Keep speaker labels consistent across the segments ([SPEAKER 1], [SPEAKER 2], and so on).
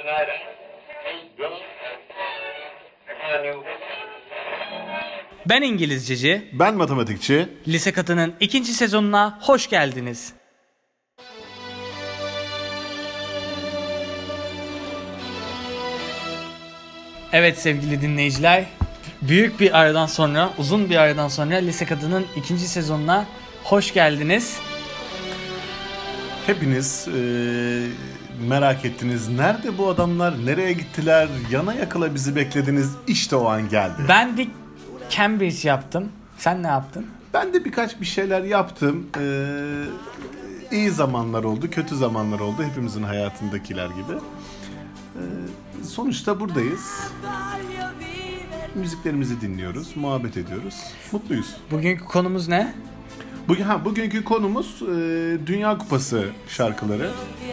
[SPEAKER 1] tonight. Hey, brother. I found you.
[SPEAKER 2] Ben İngilizceci,
[SPEAKER 3] Ben matematikçi.
[SPEAKER 2] Lise Katı'nın 2. sezonuna hoş geldiniz. Evet sevgili dinleyiciler, büyük bir aradan sonra, uzun bir aradan sonra Lise Katı'nın 2. sezonuna hoş geldiniz.
[SPEAKER 3] Hepiniz merak ettiniz. Nerede bu adamlar? Nereye gittiler? Yana yakıla bizi beklediniz. İşte o an geldi.
[SPEAKER 2] Ben bir Cambridge yaptım. Sen ne yaptın?
[SPEAKER 3] Ben de birkaç bir şeyler yaptım. İyi zamanlar oldu, kötü zamanlar oldu. Hepimizin hayatındakiler gibi. Sonuçta buradayız. Müziklerimizi dinliyoruz, muhabbet ediyoruz. Mutluyuz.
[SPEAKER 2] Bugünkü konumuz ne?
[SPEAKER 3] Bugünkü konumuz Dünya Kupası şarkıları.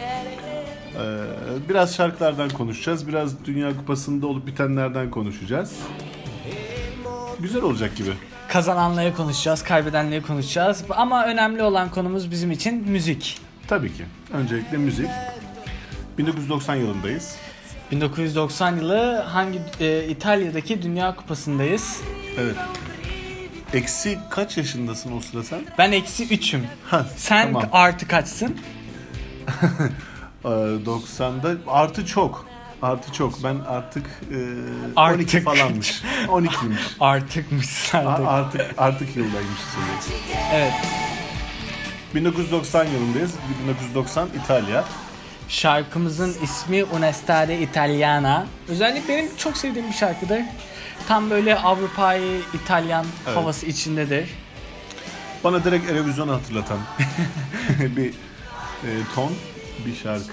[SPEAKER 3] Biraz şarkılardan konuşacağız. Biraz Dünya Kupası'nda olup bitenlerden konuşacağız. Güzel olacak gibi.
[SPEAKER 2] Kazananları konuşacağız, kaybedenleri konuşacağız. Ama önemli olan konumuz bizim için müzik.
[SPEAKER 3] Tabii ki. Öncelikle müzik. 1990 yılındayız.
[SPEAKER 2] 1990 yılı İtalya'daki Dünya Kupası'ndayız.
[SPEAKER 3] Evet. Eksi kaç yaşındasın o sırada sen?
[SPEAKER 2] Ben -3'üm.
[SPEAKER 3] Ha,
[SPEAKER 2] Sen
[SPEAKER 3] tamam.
[SPEAKER 2] artı kaçsın?
[SPEAKER 3] 90'da artı çok. Artı çok. Ben artık 12
[SPEAKER 2] Artık.
[SPEAKER 3] falanmış. 12'ymiş.
[SPEAKER 2] Artıkmış
[SPEAKER 3] Artık yıldaymış.
[SPEAKER 2] Evet.
[SPEAKER 3] 1990 yılındayız. 1990 İtalya.
[SPEAKER 2] Şarkımızın ismi Un'estate Italiana. Özellikle benim çok sevdiğim bir şarkıdır. Tam böyle Avrupa'yı İtalyan havası içindedir.
[SPEAKER 3] Bana direkt Eurovision'u hatırlatan bir ton, bir şarkı.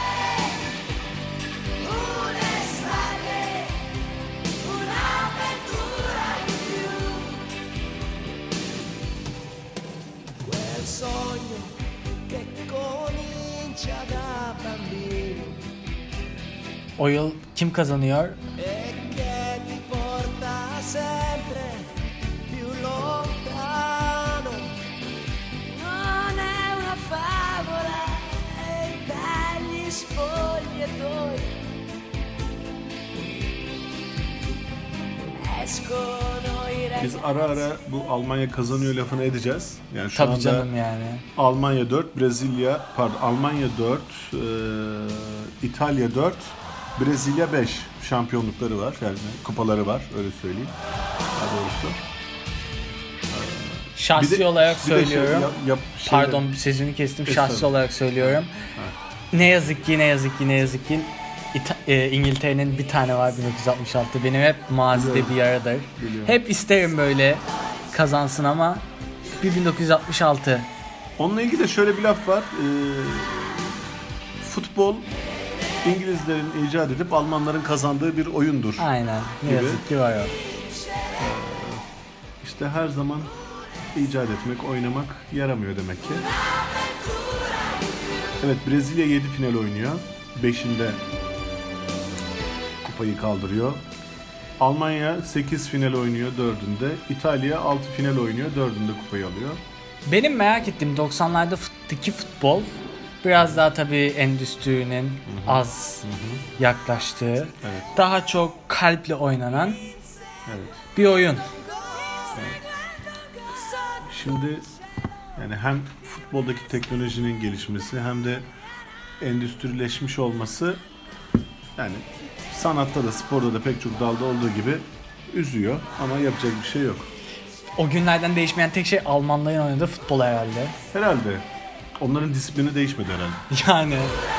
[SPEAKER 2] O yıl kim kazanıyor?
[SPEAKER 3] Biz ara ara bu Almanya kazanıyor lafını edeceğiz. Yani şu
[SPEAKER 2] Tabii
[SPEAKER 3] anda
[SPEAKER 2] canım yani.
[SPEAKER 3] Almanya 4, Almanya 4, İtalya 4, Brezilya 5 şampiyonlukları var. Yani kupaları var, öyle söyleyeyim. Daha doğrusu.
[SPEAKER 2] Şahsi olarak söylüyorum.
[SPEAKER 3] Şeyler.
[SPEAKER 2] Pardon, sözünü kestim. Şahsi
[SPEAKER 3] Estağfurullah.
[SPEAKER 2] olarak söylüyorum. Ne yazık ki İngiltere'nin bir tane var 1966. Benim hep mazide
[SPEAKER 3] Biliyorum.
[SPEAKER 2] bir yaradır.
[SPEAKER 3] Biliyorum.
[SPEAKER 2] Hep isterim böyle kazansın ama bir 1966.
[SPEAKER 3] Onunla ilgili de şöyle bir laf var. Futbol İngilizlerin icat edip Almanların kazandığı bir oyundur.
[SPEAKER 2] Aynen. Ne
[SPEAKER 3] Gibi.
[SPEAKER 2] yazık ki var o.
[SPEAKER 3] İşte her zaman icat etmek, oynamak yaramıyor demek ki. Evet, Brezilya 7 final oynuyor. 5'inde kupayı kaldırıyor. Almanya 8 final oynuyor 4'ünde. İtalya 6 final oynuyor 4'ünde kupayı alıyor.
[SPEAKER 2] Benim merak ettiğim 90'lardaki futbol biraz daha tabii endüstrinin az yaklaştığı,
[SPEAKER 3] Evet.
[SPEAKER 2] daha çok kalple oynanan
[SPEAKER 3] Evet.
[SPEAKER 2] bir oyun.
[SPEAKER 3] Şimdi yani hem futboldaki teknolojinin gelişmesi hem de endüstrileşmiş olması, yani sanatta da sporda da pek çok dalda olduğu gibi üzüyor ama yapacak bir şey yok.
[SPEAKER 2] O günlerden değişmeyen tek şey Almanların oynadığı futbol herhalde.
[SPEAKER 3] Herhalde onların disiplini değişmedi herhalde.
[SPEAKER 2] Yani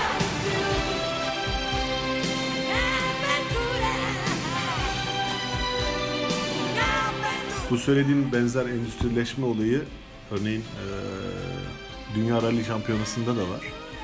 [SPEAKER 3] Bu söylediğim benzer endüstrileşme olayı örneğin Dünya Rally Şampiyonası'nda da var.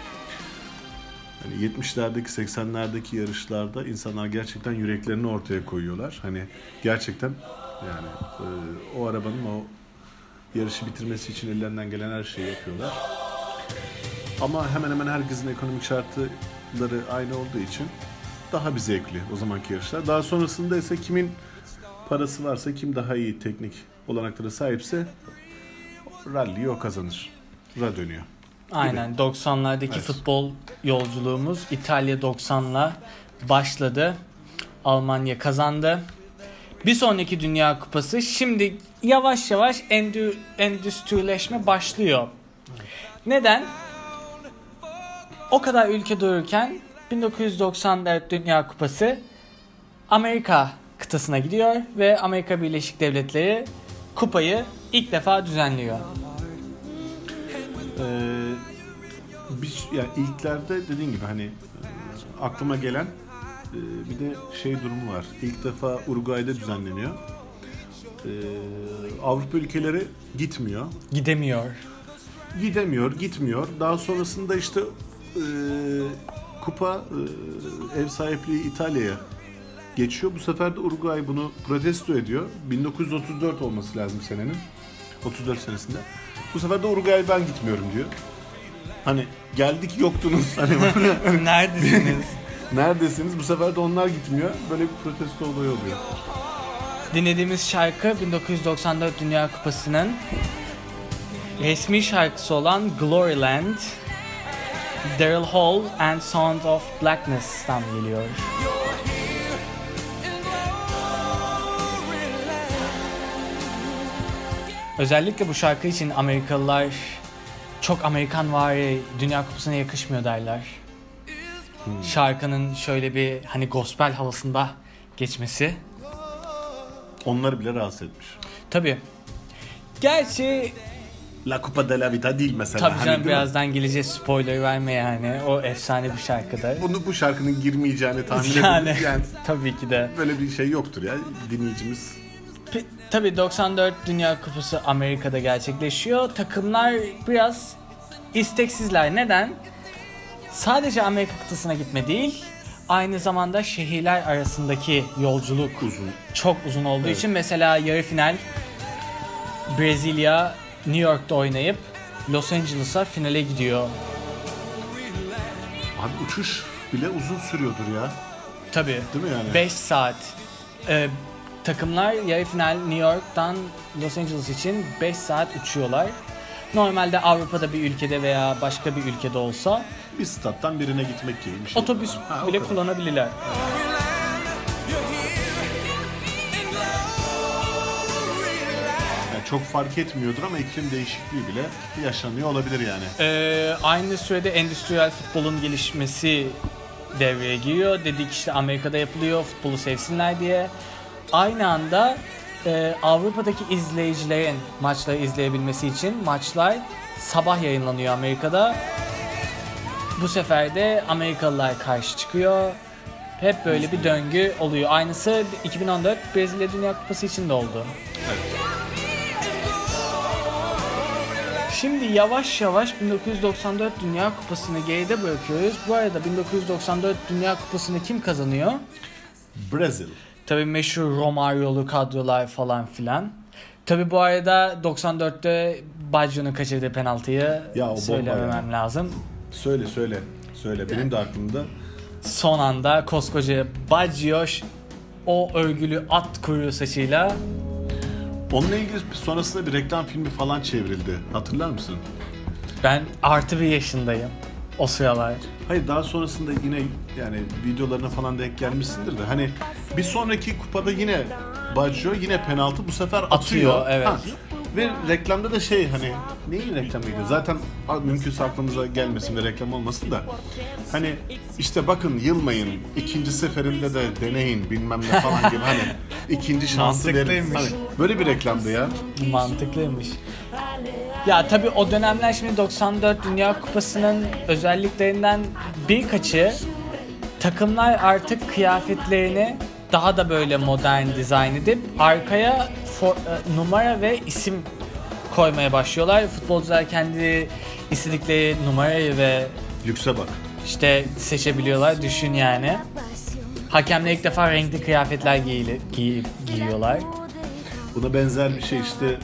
[SPEAKER 3] Hani 70'lerdeki 80'lerdeki yarışlarda insanlar gerçekten yüreklerini ortaya koyuyorlar. Hani gerçekten yani o arabanın o yarışı bitirmesi için ellerinden gelen her şeyi yapıyorlar. Ama hemen hemen herkesin ekonomik şartları aynı olduğu için daha bir zevkli o zamanki yarışlar. Daha sonrasında ise kimin parası varsa, kim daha iyi teknik olanaklara sahipse rally'yi o kazanır. Dönüyor.
[SPEAKER 2] Aynen 90'lardaki
[SPEAKER 3] Evet.
[SPEAKER 2] futbol yolculuğumuz İtalya 90'la başladı. Almanya kazandı. Bir sonraki Dünya Kupası şimdi yavaş yavaş endüstrileşme başlıyor. Neden? O kadar ülke dururken 1994 Dünya Kupası Amerika kıtasına gidiyor ve Amerika Birleşik Devletleri kupayı ilk defa düzenliyor.
[SPEAKER 3] Yani ilklerde dediğin gibi hani aklıma gelen bir de şey durumu var. İlk defa Uruguay'da düzenleniyor. Avrupa ülkeleri gitmiyor. Gitmiyor. Daha sonrasında işte kupa ev sahipliği İtalya'ya geçiyor. Bu sefer de Uruguay bunu protesto ediyor. 1934 olması lazım senenin. 34 senesinde. Bu sefer de Uruguay ben gitmiyorum diyor. Hani geldik yoktunuz. Hani
[SPEAKER 2] Neredesiniz?
[SPEAKER 3] neredesiniz? Bu sefer de onlar gitmiyor. Böyle bir protesto olayı oluyor.
[SPEAKER 2] Dinlediğimiz şarkı 1994 Dünya Kupası'nın resmi şarkısı olan Gloryland, Daryl Hall and Sound of Blackness'tan geliyor. Özellikle bu şarkı için Amerikalılar çok Amerikanvari Dünya Kupası'na yakışmıyor derler. Şarkının şöyle bir hani gospel havasında geçmesi.
[SPEAKER 3] Onları bile rahatsız etmiş.
[SPEAKER 2] Tabii. Gerçi
[SPEAKER 3] La Copa de la Vida değil mesela.
[SPEAKER 2] tabii canım
[SPEAKER 3] değil mi?
[SPEAKER 2] birazdan geleceğiz spoiler verme yani. O efsane bir şarkıdır.
[SPEAKER 3] Bu şarkının girmeyeceğini tahmin
[SPEAKER 2] Yani,
[SPEAKER 3] ediyorum. Yani
[SPEAKER 2] tabii ki de.
[SPEAKER 3] böyle bir şey yoktur ya dinleyicimiz.
[SPEAKER 2] Tabii 94 Dünya Kupası Amerika'da gerçekleşiyor. Takımlar biraz isteksizler. Neden? Sadece Amerika kıtasına gitme değil, aynı zamanda şehirler arasındaki yolculuk
[SPEAKER 3] Uzun.
[SPEAKER 2] çok uzun olduğu için mesela yarı final Brezilya New York'ta oynayıp Los Angeles'a finale gidiyor.
[SPEAKER 3] Abi uçuş bile uzun sürüyordur ya.
[SPEAKER 2] Tabii.
[SPEAKER 3] Değil mi yani?
[SPEAKER 2] 5 saat. Takımlar yarı final New York'tan Los Angeles için 5 saat uçuyorlar. Normalde Avrupa'da bir ülkede veya başka bir ülkede olsa
[SPEAKER 3] Bir stat'tan birine gitmek gibi bir şey.
[SPEAKER 2] otobüs
[SPEAKER 3] Ha, o
[SPEAKER 2] bile
[SPEAKER 3] kadar.
[SPEAKER 2] kullanabilirler.
[SPEAKER 3] Yani çok fark etmiyordur ama iklim değişikliği bile yaşanıyor olabilir yani.
[SPEAKER 2] Aynı sürede endüstriyel futbolun gelişmesi devreye giriyor. Dedik işte Amerika'da yapılıyor futbolu sevsinler diye. Aynı anda Avrupa'daki izleyicilerin maçları izleyebilmesi için maçlar sabah yayınlanıyor Amerika'da. Bu sefer de Amerikalılar karşı çıkıyor. Hep böyle bir döngü oluyor. Aynısı 2014 Brezilya Dünya Kupası için de oldu. Şimdi yavaş yavaş 1994 Dünya Kupası'nı geride bırakıyoruz. Bu arada 1994 Dünya Kupası'nı kim kazanıyor?
[SPEAKER 3] Brezilya.
[SPEAKER 2] Tabii meşhur Romario'lu kadrolar falan filan. Tabii bu arada 94'te Baggio'nun kaçırdığı penaltıyı
[SPEAKER 3] Ya o bomba
[SPEAKER 2] söylememem
[SPEAKER 3] ya.
[SPEAKER 2] lazım.
[SPEAKER 3] Söyle. Benim de aklımda.
[SPEAKER 2] Son anda koskoca Baggio o örgülü at kuyruğu saçıyla
[SPEAKER 3] Onunla ilgili sonrasında bir reklam filmi falan çevrildi. Hatırlar mısın?
[SPEAKER 2] ben artı bir yaşındayım o sıralar.
[SPEAKER 3] Hayır daha sonrasında yine yani videolarına falan denk gelmişsindir de hani bir sonraki kupada yine Baggio yine penaltı bu sefer atıyor.
[SPEAKER 2] evet.
[SPEAKER 3] Ve reklamda da şey hani neyin reklamıydı? Zaten mümkünse aklımıza gelmesin de reklam olmasın da hani işte bakın yılmayın ikinci seferinde de deneyin bilmem ne falan gibi hani ikinci şansı verin.
[SPEAKER 2] Mantıklıymış.
[SPEAKER 3] Hani böyle bir reklamdı ya.
[SPEAKER 2] Mantıklıymış. Ya tabii o dönemler şimdi 94 Dünya Kupası'nın özelliklerinden birkaçı takımlar artık kıyafetlerini daha da böyle modern dizayn edip arkaya numara ve isim koymaya başlıyorlar. Futbolcular kendi istedikleri numarayı ve
[SPEAKER 3] Lükse bak.
[SPEAKER 2] işte seçebiliyorlar. Düşün yani. Hakemler ilk defa renkli kıyafetler giyiyorlar.
[SPEAKER 3] Buna benzer bir şey işte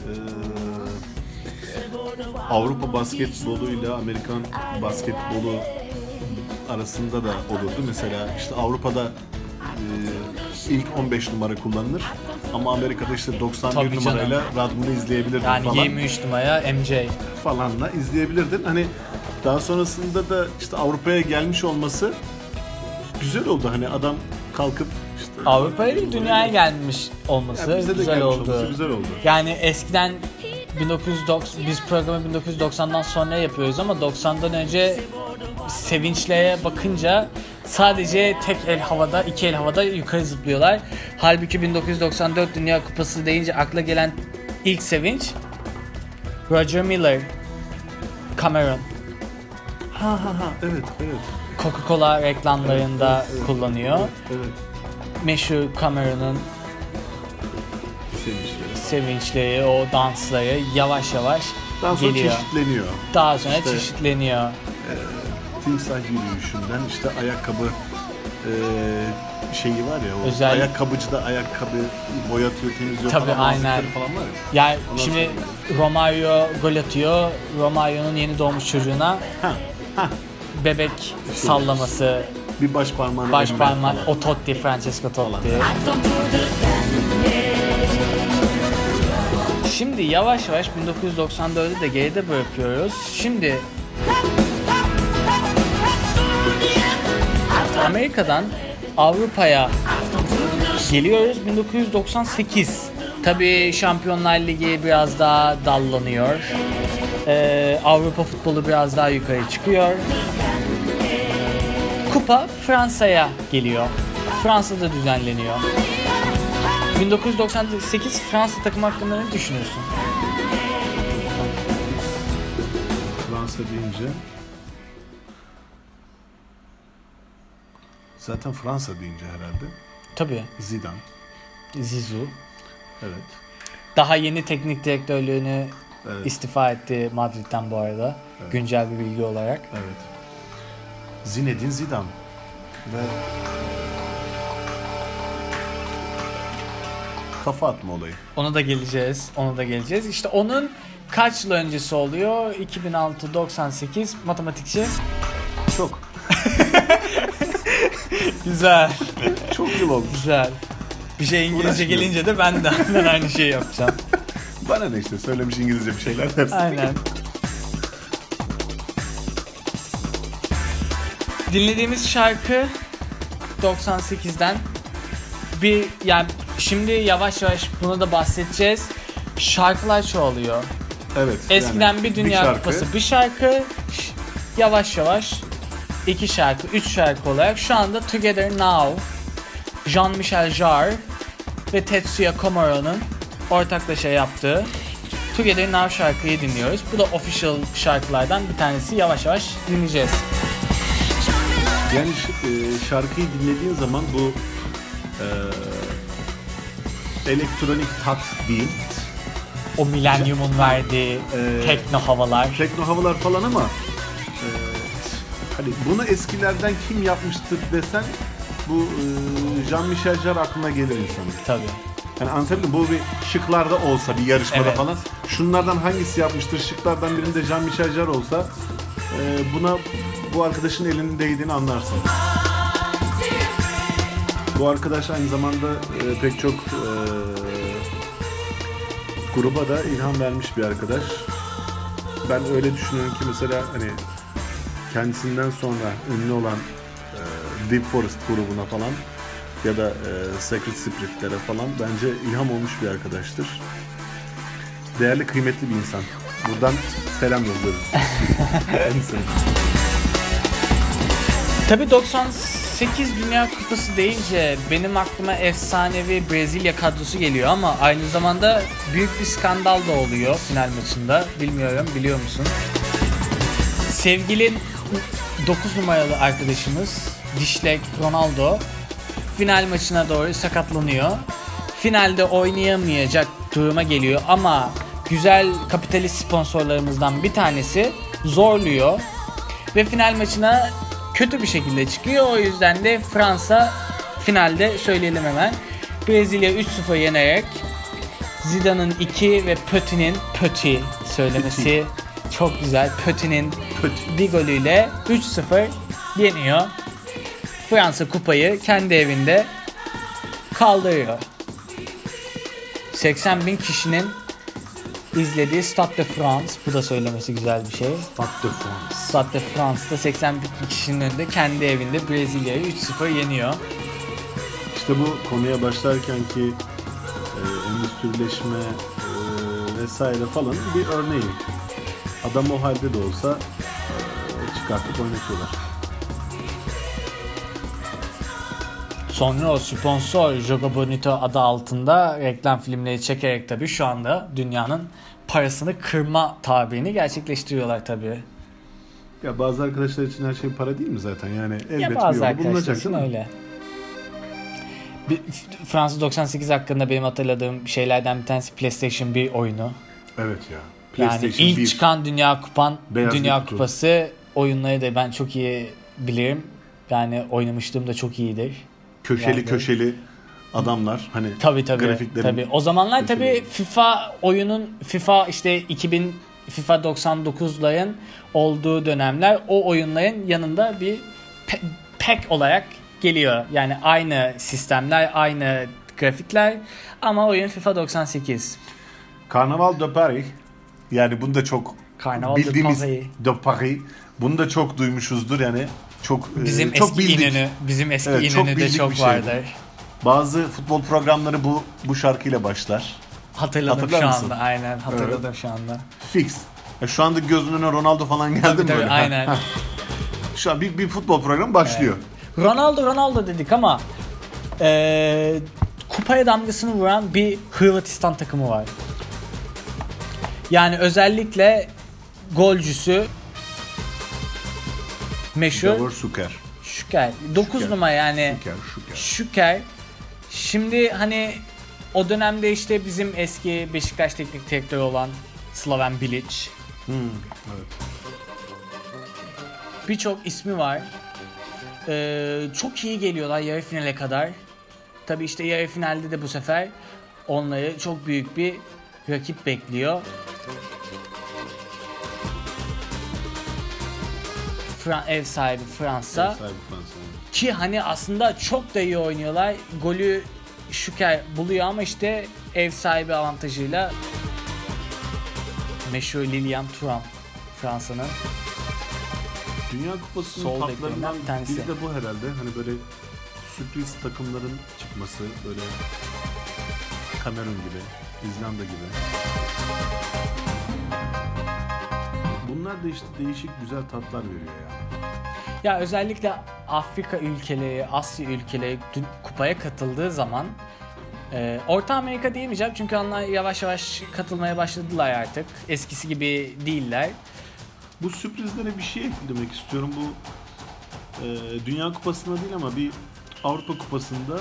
[SPEAKER 3] Avrupa basketboluyla Amerikan basketbolu arasında da olurdu. Mesela işte Avrupa'da ilk 15 numara kullanılır ama Amerika'da işte 91
[SPEAKER 2] Tabii canım.
[SPEAKER 3] numarayla Rodman'ı izleyebilirdin
[SPEAKER 2] Yani
[SPEAKER 3] falan.
[SPEAKER 2] 23 numara MJ.
[SPEAKER 3] Falanla izleyebilirdin. Hani Daha sonrasında da işte Avrupa'ya gelmiş olması güzel oldu. Hani adam kalkıp işte
[SPEAKER 2] Avrupa'ya değil, dünyaya gelmiş olması
[SPEAKER 3] yani bize de
[SPEAKER 2] güzel
[SPEAKER 3] gelmiş
[SPEAKER 2] oldu.
[SPEAKER 3] olması güzel oldu.
[SPEAKER 2] Yani eskiden 1990, biz programı 1990'dan sonra yapıyoruz ama 90'dan önce sevinçlere bakınca sadece tek el havada, iki el havada yukarı zıplıyorlar. Halbuki 1994 Dünya Kupası deyince akla gelen ilk sevinç Roger Miller, Cameron.
[SPEAKER 3] Ha evet.
[SPEAKER 2] Coca-Cola reklamlarında kullanıyor.
[SPEAKER 3] Evet.
[SPEAKER 2] Meşhur Cameron'un
[SPEAKER 3] Sevinçleri.
[SPEAKER 2] sevinçleri, o dansları yavaş yavaş
[SPEAKER 3] Daha sonra
[SPEAKER 2] geliyor.
[SPEAKER 3] çeşitleniyor.
[SPEAKER 2] Daha sonra
[SPEAKER 3] İşte-
[SPEAKER 2] çeşitleniyor.
[SPEAKER 3] Timsah yürüyüşünden işte ayakkabı şeyi var ya, o
[SPEAKER 2] Özel-
[SPEAKER 3] ayakkabıcı da ayakkabı boyatıyor, temizliyor
[SPEAKER 2] Tabii,
[SPEAKER 3] falan,
[SPEAKER 2] aynen.
[SPEAKER 3] muhabbetleri falan var ya.
[SPEAKER 2] Yani
[SPEAKER 3] Ondan
[SPEAKER 2] şimdi
[SPEAKER 3] sonra-
[SPEAKER 2] Romario gol atıyor. Romario'nun yeni doğmuş çocuğuna
[SPEAKER 3] Ha,
[SPEAKER 2] bebek sallaması,
[SPEAKER 3] bir baş parmağını
[SPEAKER 2] baş
[SPEAKER 3] elime
[SPEAKER 2] parmak,
[SPEAKER 3] falan.
[SPEAKER 2] o Totti, Francesco Totti. Şimdi yavaş yavaş 1994'ü de geride bırakıyoruz. Şimdi Amerika'dan Avrupa'ya geliyoruz 1998. Tabii Şampiyonlar Ligi biraz daha dallanıyor. Avrupa futbolu biraz daha yukarı çıkıyor. Kupa Fransa'ya geliyor. Fransa'da düzenleniyor. 1998 Fransa takımı hakkında ne düşünüyorsun?
[SPEAKER 3] Fransa deyince zaten Fransa deyince herhalde
[SPEAKER 2] Tabii
[SPEAKER 3] Zidane.
[SPEAKER 2] Zizou.
[SPEAKER 3] Evet.
[SPEAKER 2] Daha yeni teknik direktörlüğünü
[SPEAKER 3] Evet.
[SPEAKER 2] istifa etti Madrid'den bu arada. Güncel bir bilgi olarak.
[SPEAKER 3] Evet. Zinedine Zidane ve kafa atma olayı.
[SPEAKER 2] Ona da geleceğiz. Ona da geleceğiz. İşte onun kaç yıl öncesi oluyor? 2006-98 matematikçi.
[SPEAKER 3] Çok.
[SPEAKER 2] Güzel.
[SPEAKER 3] Çok yıl olmuş.
[SPEAKER 2] Güzel. Bir şey İngilizce
[SPEAKER 3] Uğraşmıyorum.
[SPEAKER 2] gelince de ben de aynen aynı şeyi yapacağım.
[SPEAKER 3] Bana ne işte, söylemiş İngilizce bir şeyler dersin.
[SPEAKER 2] Aynen. Dinlediğimiz şarkı 98'den bir, yani şimdi yavaş yavaş bunu da bahsedeceğiz. Şarkılar çoğalıyor.
[SPEAKER 3] Evet.
[SPEAKER 2] Eskiden
[SPEAKER 3] yani
[SPEAKER 2] bir Dünya
[SPEAKER 3] şarkı,
[SPEAKER 2] Kupası bir şarkı, yavaş yavaş 2 şarkı, 3 şarkı olarak şu anda Together Now, Jean-Michel Jarre ve Tetsuya Komoro'nun ortaklaşa yaptığı Together Now şarkıyı dinliyoruz. Bu da official şarkılardan bir tanesi. Yavaş yavaş dinleyeceğiz.
[SPEAKER 3] Yani şarkıyı dinlediğin zaman bu elektronik tat değil,
[SPEAKER 2] O milenyumun verdiği tekno havalar.
[SPEAKER 3] tekno havalar falan ama hani bunu eskilerden kim yapmıştır desen bu Jean-Michel Jarre aklına gelir insanın.
[SPEAKER 2] Tabii.
[SPEAKER 3] Yani anlatabildim, bu bir şıklarda olsa, bir yarışmada
[SPEAKER 2] Evet.
[SPEAKER 3] falan şunlardan hangisi yapmıştır, şıklardan birinde Jean-Michel Jarre olsa buna bu arkadaşın elinin değdiğini anlarsın. Bu arkadaş aynı zamanda pek çok gruba da ilham vermiş bir arkadaş. Ben öyle düşünüyorum ki mesela hani kendisinden sonra ünlü olan Deep Forest grubuna falan ya da Sacred Spirit'lere falan bence ilham olmuş bir arkadaştır. Değerli, kıymetli bir insan. Buradan selam yolluyoruz. Kendisine.
[SPEAKER 2] Tabii 98 Dünya Kupası deyince benim aklıma efsanevi Brezilya kadrosu geliyor ama aynı zamanda büyük bir skandal da oluyor final maçında. Bilmiyorum, biliyor musun? Sevgili 9 numaralı arkadaşımız Dişlek Ronaldo final maçına doğru sakatlanıyor. Finalde oynayamayacak duruma geliyor ama güzel kapitalist sponsorlarımızdan bir tanesi zorluyor ve final maçına kötü bir şekilde çıkıyor. O yüzden de Fransa finalde, söyleyelim hemen, Brezilya 3-0 yenerek Zidane'ın 2 ve Petit söylemesi çok güzel. Petit'in bir golüyle 3-0 yeniyor. Fransa kupayı kendi evinde kaldırıyor. 80.000 kişinin izlediği Stade de France. Bu da söylemesi güzel bir şey.
[SPEAKER 3] Stade de France.
[SPEAKER 2] Stade de France'da 80 bin kişinin önünde kendi evinde Brezilya'yı 3-0 yeniyor.
[SPEAKER 3] İşte bu konuya başlarken ki endüstrileşme vesaire falan bir örneği. Adam o halde de olsa çıkartıp oynatıyorlar.
[SPEAKER 2] Sonra o sponsor Jogo Bonito adı altında reklam filmleri çekerek tabii şu anda dünyanın parasını kırma tabirini gerçekleştiriyorlar tabii.
[SPEAKER 3] Ya bazı arkadaşlar için her şey para değil mi zaten? Yani elbet
[SPEAKER 2] Ya
[SPEAKER 3] bir
[SPEAKER 2] bazı
[SPEAKER 3] yolu
[SPEAKER 2] arkadaşlar
[SPEAKER 3] bulunacak
[SPEAKER 2] için
[SPEAKER 3] değil mi?
[SPEAKER 2] öyle. Fransa 98 hakkında benim hatırladığım şeylerden bir tanesi PlayStation 1 oyunu.
[SPEAKER 3] Evet ya.
[SPEAKER 2] Yani
[SPEAKER 3] PlayStation
[SPEAKER 2] ilk
[SPEAKER 3] 1.
[SPEAKER 2] çıkan
[SPEAKER 3] Beyaz
[SPEAKER 2] Dünya
[SPEAKER 3] bir kutu.
[SPEAKER 2] Kupası oyunları da ben çok iyi bilirim. Yani oynamışlığım da çok iyidir.
[SPEAKER 3] Köşeli
[SPEAKER 2] Yani-
[SPEAKER 3] köşeli adamlar hani
[SPEAKER 2] Tabii
[SPEAKER 3] grafiklerin
[SPEAKER 2] tabii. O zamanlar
[SPEAKER 3] köşeli
[SPEAKER 2] tabii
[SPEAKER 3] oyunu.
[SPEAKER 2] FIFA işte 2000 FIFA 99'ların olduğu dönemler o oyunların yanında bir pack olarak geliyor. Yani aynı sistemler, aynı grafikler ama oyun FIFA 98.
[SPEAKER 3] Carnaval de Paris. Yani bunu da çok
[SPEAKER 2] Carnaval de
[SPEAKER 3] bildiğimiz
[SPEAKER 2] Paris.
[SPEAKER 3] de Paris. Bunu da çok duymuşuzdur yani. Çok
[SPEAKER 2] Bizim
[SPEAKER 3] çok
[SPEAKER 2] eski
[SPEAKER 3] bildik.
[SPEAKER 2] İnönü, bizim eski
[SPEAKER 3] Evet, çok
[SPEAKER 2] İnönü'de
[SPEAKER 3] bildik
[SPEAKER 2] çok
[SPEAKER 3] bir şey.
[SPEAKER 2] vardır.
[SPEAKER 3] Bazı futbol programları bu şarkıyla başlar.
[SPEAKER 2] Hatırladım
[SPEAKER 3] Hatırlar
[SPEAKER 2] şu
[SPEAKER 3] mısın?
[SPEAKER 2] anda, aynen hatırladım şu anda.
[SPEAKER 3] Fix. Şu anda gözünün önüne Ronaldo falan geldi
[SPEAKER 2] Tabii
[SPEAKER 3] mi
[SPEAKER 2] tabii
[SPEAKER 3] böyle?
[SPEAKER 2] aynen.
[SPEAKER 3] Şu an bir futbol programı başlıyor.
[SPEAKER 2] Ronaldo dedik ama kupaya damgasını vuran bir Hırvatistan takımı var. Yani özellikle golcüsü meşhur
[SPEAKER 3] Davor Şuker.
[SPEAKER 2] Şüker. 9
[SPEAKER 3] Şüker.
[SPEAKER 2] numara yani
[SPEAKER 3] Şuker.
[SPEAKER 2] Şüker. Şimdi hani o dönemde işte bizim eski Beşiktaş teknik direktörü olan Slaven Bilic.
[SPEAKER 3] Evet.
[SPEAKER 2] Birçok ismi var. Çok iyi geliyorlar yarı finale kadar. Tabi işte yarı finalde de bu sefer onları çok büyük bir rakip bekliyor. Ev sahibi Fransa.
[SPEAKER 3] Sahibi Fransa.
[SPEAKER 2] Ki hani aslında çok da iyi oynuyorlar. Golü Şüker buluyor ama işte ev sahibi avantajıyla meşhur Lilian Thuram Fransa'nın.
[SPEAKER 3] Dünya Kupası'nın
[SPEAKER 2] Sol
[SPEAKER 3] tatlarından
[SPEAKER 2] beklerinden bir tanesi.
[SPEAKER 3] biri de bu herhalde. Hani böyle sürpriz takımların çıkması, böyle Kamerun gibi, İzlanda gibi. Bunlar da işte değişik güzel tatlar veriyor ya.
[SPEAKER 2] Ya özellikle Afrika ülkeleri, Asya ülkeleri kupaya katıldığı zaman Orta Amerika diyemeyeceğim çünkü onlar yavaş yavaş katılmaya başladılar artık. Eskisi gibi değiller.
[SPEAKER 3] Bu sürprizlere bir şey eklemek istiyorum. Bu Dünya Kupası'nda değil ama bir Avrupa Kupası'nda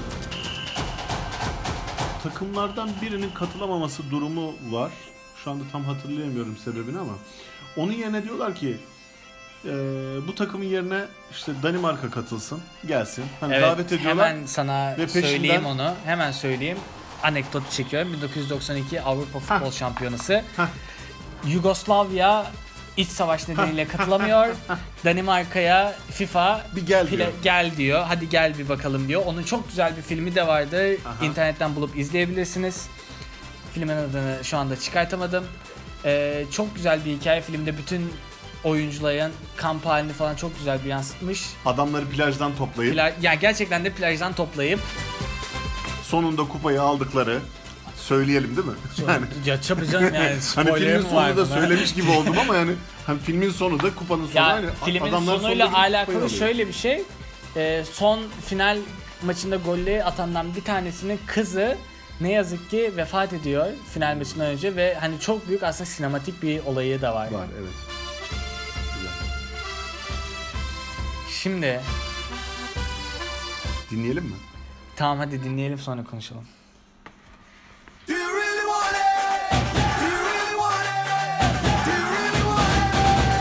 [SPEAKER 3] takımlardan birinin katılamaması durumu var. Şu anda tam hatırlayamıyorum sebebini ama onun yerine diyorlar ki bu takımın yerine işte Danimarka katılsın, gelsin. Hani
[SPEAKER 2] Evet,
[SPEAKER 3] davet ediyorlar.
[SPEAKER 2] hemen sana
[SPEAKER 3] ve peşinden-
[SPEAKER 2] söyleyeyim onu. Hemen söyleyeyim. Anekdot çekiyorum. 1992 Avrupa Futbol Şampiyonası. Yugoslavya iç savaş nedeniyle katılamıyor. Danimarka'ya FIFA
[SPEAKER 3] Bir gel diyor.
[SPEAKER 2] gel diyor. Hadi gel bir bakalım diyor. Onun çok güzel bir filmi de vardı.
[SPEAKER 3] Aha.
[SPEAKER 2] İnternetten bulup izleyebilirsiniz. Filmin adını şu anda çıkartamadım. Çok güzel bir hikaye. Filmde bütün oyuncuların kamp halini falan çok güzel bir yansıtmış.
[SPEAKER 3] Adamları plajdan toplayıp
[SPEAKER 2] Yani gerçekten de plajdan toplayıp
[SPEAKER 3] sonunda kupayı aldıkları söyleyelim değil mi? Yani
[SPEAKER 2] ya tabii canım yani
[SPEAKER 3] hani
[SPEAKER 2] spoiler
[SPEAKER 3] filmin
[SPEAKER 2] mi var
[SPEAKER 3] sonu da
[SPEAKER 2] buna?
[SPEAKER 3] söylemiş gibi oldum ama yani hani filmin sonu da kupanın sonu
[SPEAKER 2] Ya
[SPEAKER 3] hani
[SPEAKER 2] filmin
[SPEAKER 3] adamlar
[SPEAKER 2] sonuyla
[SPEAKER 3] sonunda kupayı
[SPEAKER 2] alakalı
[SPEAKER 3] alıyor.
[SPEAKER 2] şöyle bir şey. Son final maçında golleri atandan bir tanesinin kızı ne yazık ki vefat ediyor final maçından önce ve hani çok büyük aslında sinematik bir olayı da var.
[SPEAKER 3] Var evet. Güzel.
[SPEAKER 2] Şimdi
[SPEAKER 3] Dinleyelim mi?
[SPEAKER 2] tamam hadi dinleyelim sonra konuşalım.
[SPEAKER 4] Do you really want it? Do you really want it? Do you really want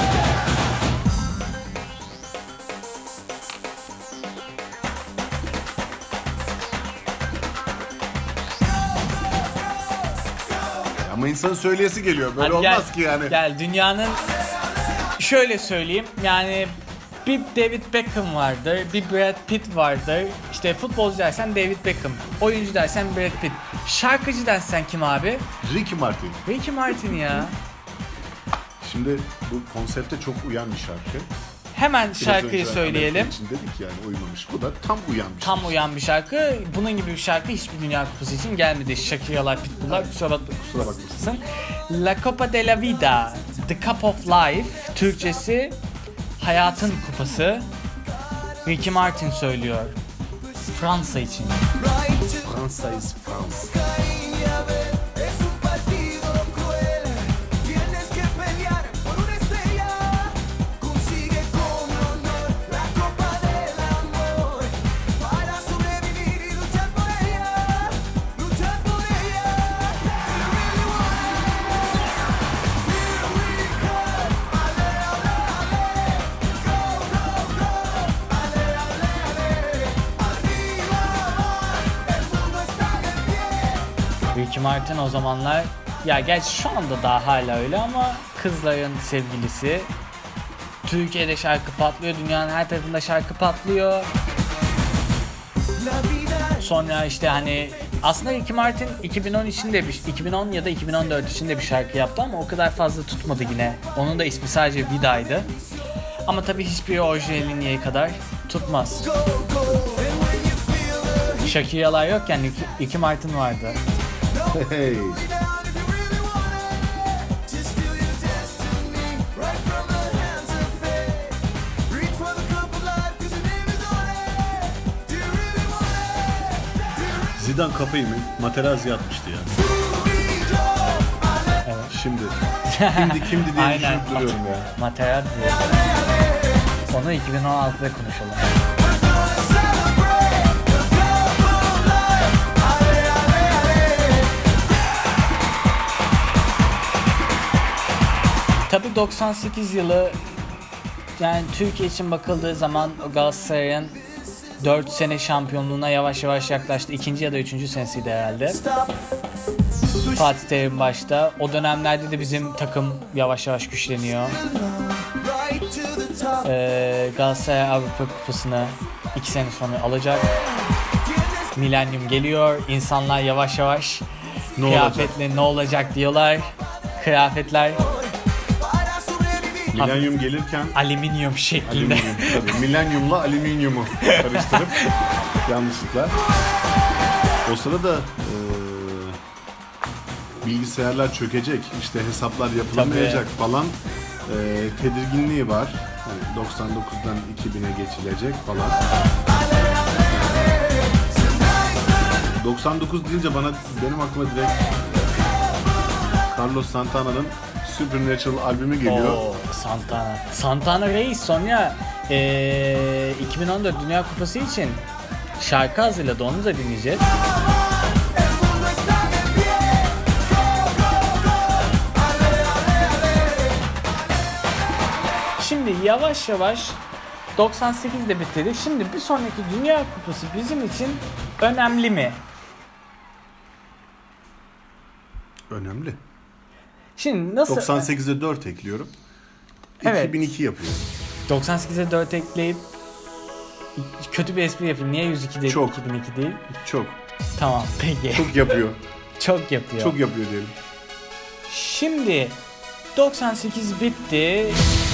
[SPEAKER 3] Ama insanın söyleyesi geliyor. Böyle
[SPEAKER 2] Hadi
[SPEAKER 3] olmaz
[SPEAKER 2] gel,
[SPEAKER 3] ki yani.
[SPEAKER 2] Gel dünyanın şöyle söyleyeyim yani bir David Beckham vardır, bir Brad Pitt vardır. İşte futbolcu dersen David Beckham, oyuncu dersen Brad Pitt. Şarkıcı dersen kim abi?
[SPEAKER 3] Ricky Martin.
[SPEAKER 2] Ricky Martin ya.
[SPEAKER 3] Şimdi bu konsepte çok uyan bir şarkı.
[SPEAKER 2] Hemen
[SPEAKER 3] Biraz
[SPEAKER 2] şarkıyı
[SPEAKER 3] önce
[SPEAKER 2] söyleyelim.
[SPEAKER 3] Amerika için dedik yani uymamış. Bu da tam uyan bir
[SPEAKER 2] Tam
[SPEAKER 3] şarkı.
[SPEAKER 2] uyan bir şarkı. Bunun gibi bir şarkı hiçbir Dünya Kupası için gelmedi. Shakira'lar, Pitbull'lar kusura bakmasın. La Copa de la Vida, The Cup of Life, Türkçesi Hayatın Kupası. Ricky Martin söylüyor. Fransa için.
[SPEAKER 3] Fransa is France.
[SPEAKER 4] Y a ver, es un partido cruel. Tienes que pelear por una estrella. Consigue con honor la copa del amor. Para sobrevivir y luchar por ella. Luchar por ella. Here we come. Ale, ale, ale. Go, go, go. Ale, ale, ale. Arriba va. El mundo está de pie.
[SPEAKER 2] Ricky Martin o zamanlar, ya gerçi şu anda daha hala öyle ama kızların sevgilisi. Türkiye'de şarkı patlıyor, dünyanın her tarafında şarkı patlıyor.
[SPEAKER 4] La vida
[SPEAKER 2] Sonra işte hani aslında Ricky Martin 2010 içinde 2010 ya da 2014 içinde bir şarkı yaptı ama o kadar fazla tutmadı yine. Onun da ismi sadece Vida'ydı. Ama tabii hiçbir orijinali kadar tutmaz.
[SPEAKER 4] go, go. And when you feel the
[SPEAKER 2] Shakira'lar yokken Ricky Martin vardı.
[SPEAKER 3] Hey.
[SPEAKER 4] down, if you really want it, just feel your destiny right from the hands of fate. Reach for the cup of life, 'cause your name is on it. Do you really want it? Do you
[SPEAKER 3] Zidane kafayı mı? Materazzi atmıştı ya.
[SPEAKER 4] really do?
[SPEAKER 3] Şimdi kimdi diye
[SPEAKER 2] Aynen.
[SPEAKER 3] düşünüp duruyorum ya.
[SPEAKER 2] Materazzi. Onu 2016'da konuşalım.
[SPEAKER 4] We're gonna celebrate the cup of life. Ale, ale, ale.
[SPEAKER 2] Tabii 98 yılı, yani Türkiye için bakıldığı zaman Galatasaray'ın 4 sene şampiyonluğuna yavaş yavaş yaklaştı. 2. ya da 3. senesiydi herhalde. Fatih Terim başta. O dönemlerde de bizim takım yavaş yavaş güçleniyor.
[SPEAKER 4] Right to the top.
[SPEAKER 2] Galatasaray Avrupa Kupası'nı 2 sene sonra alacak. Milenyum geliyor. İnsanlar yavaş yavaş
[SPEAKER 3] Ne
[SPEAKER 2] kıyafetle ne olacak diyorlar. Kıyafetler
[SPEAKER 4] Para sobrevivir.
[SPEAKER 3] Milenyum gelirken
[SPEAKER 2] alüminyum şeklinde.
[SPEAKER 3] alüminyum tabii. Milenyumla alüminyumu karıştırıp yanlışlıkla. O sırada bilgisayarlar çökecek, işte hesaplar yapılamayacak falan tedirginliği var. Hani 99'dan 2000'e geçilecek falan. 99 deyince benim aklıma direkt Carlos Santana'nın Supernatural albümü geliyor.
[SPEAKER 2] Oo, Santana. Santana Reis sonra 2014 Dünya Kupası için şarkı hazırladı. Onu da dinleyeceğiz.
[SPEAKER 4] El mundo está de pie. Go, go, go. Ale, ale, ale.
[SPEAKER 2] Şimdi yavaş yavaş 98'de bitirdik. Şimdi bir sonraki Dünya Kupası bizim için önemli mi?
[SPEAKER 3] Önemli.
[SPEAKER 2] Şimdi nasıl?
[SPEAKER 3] 98'e 4 ekliyorum.
[SPEAKER 2] Evet.
[SPEAKER 3] 2002 yapıyor.
[SPEAKER 2] 98'e 4 ekleyip kötü bir espri yapayım. Niye 102 değil,
[SPEAKER 3] Çok.
[SPEAKER 2] 2002 değil?
[SPEAKER 3] Çok.
[SPEAKER 2] Tamam, peki.
[SPEAKER 3] Çok yapıyor.
[SPEAKER 2] Çok yapıyor.
[SPEAKER 3] Çok yapıyor diyelim.
[SPEAKER 2] Şimdi 98 bitti.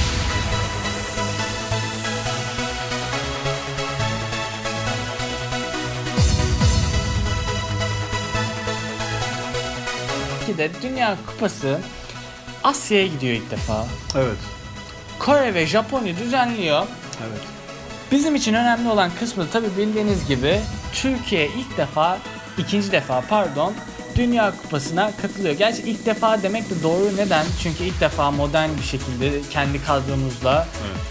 [SPEAKER 2] De Dünya Kupası Asya'ya gidiyor ilk defa.
[SPEAKER 3] Evet.
[SPEAKER 2] Kore ve Japonya düzenliyor.
[SPEAKER 3] Evet.
[SPEAKER 2] Bizim için önemli olan kısmı tabii bildiğiniz gibi Türkiye ikinci defa Dünya Kupası'na katılıyor. Gerçi ilk defa demek de doğru. Neden? Çünkü ilk defa modern bir şekilde kendi kadromuzla.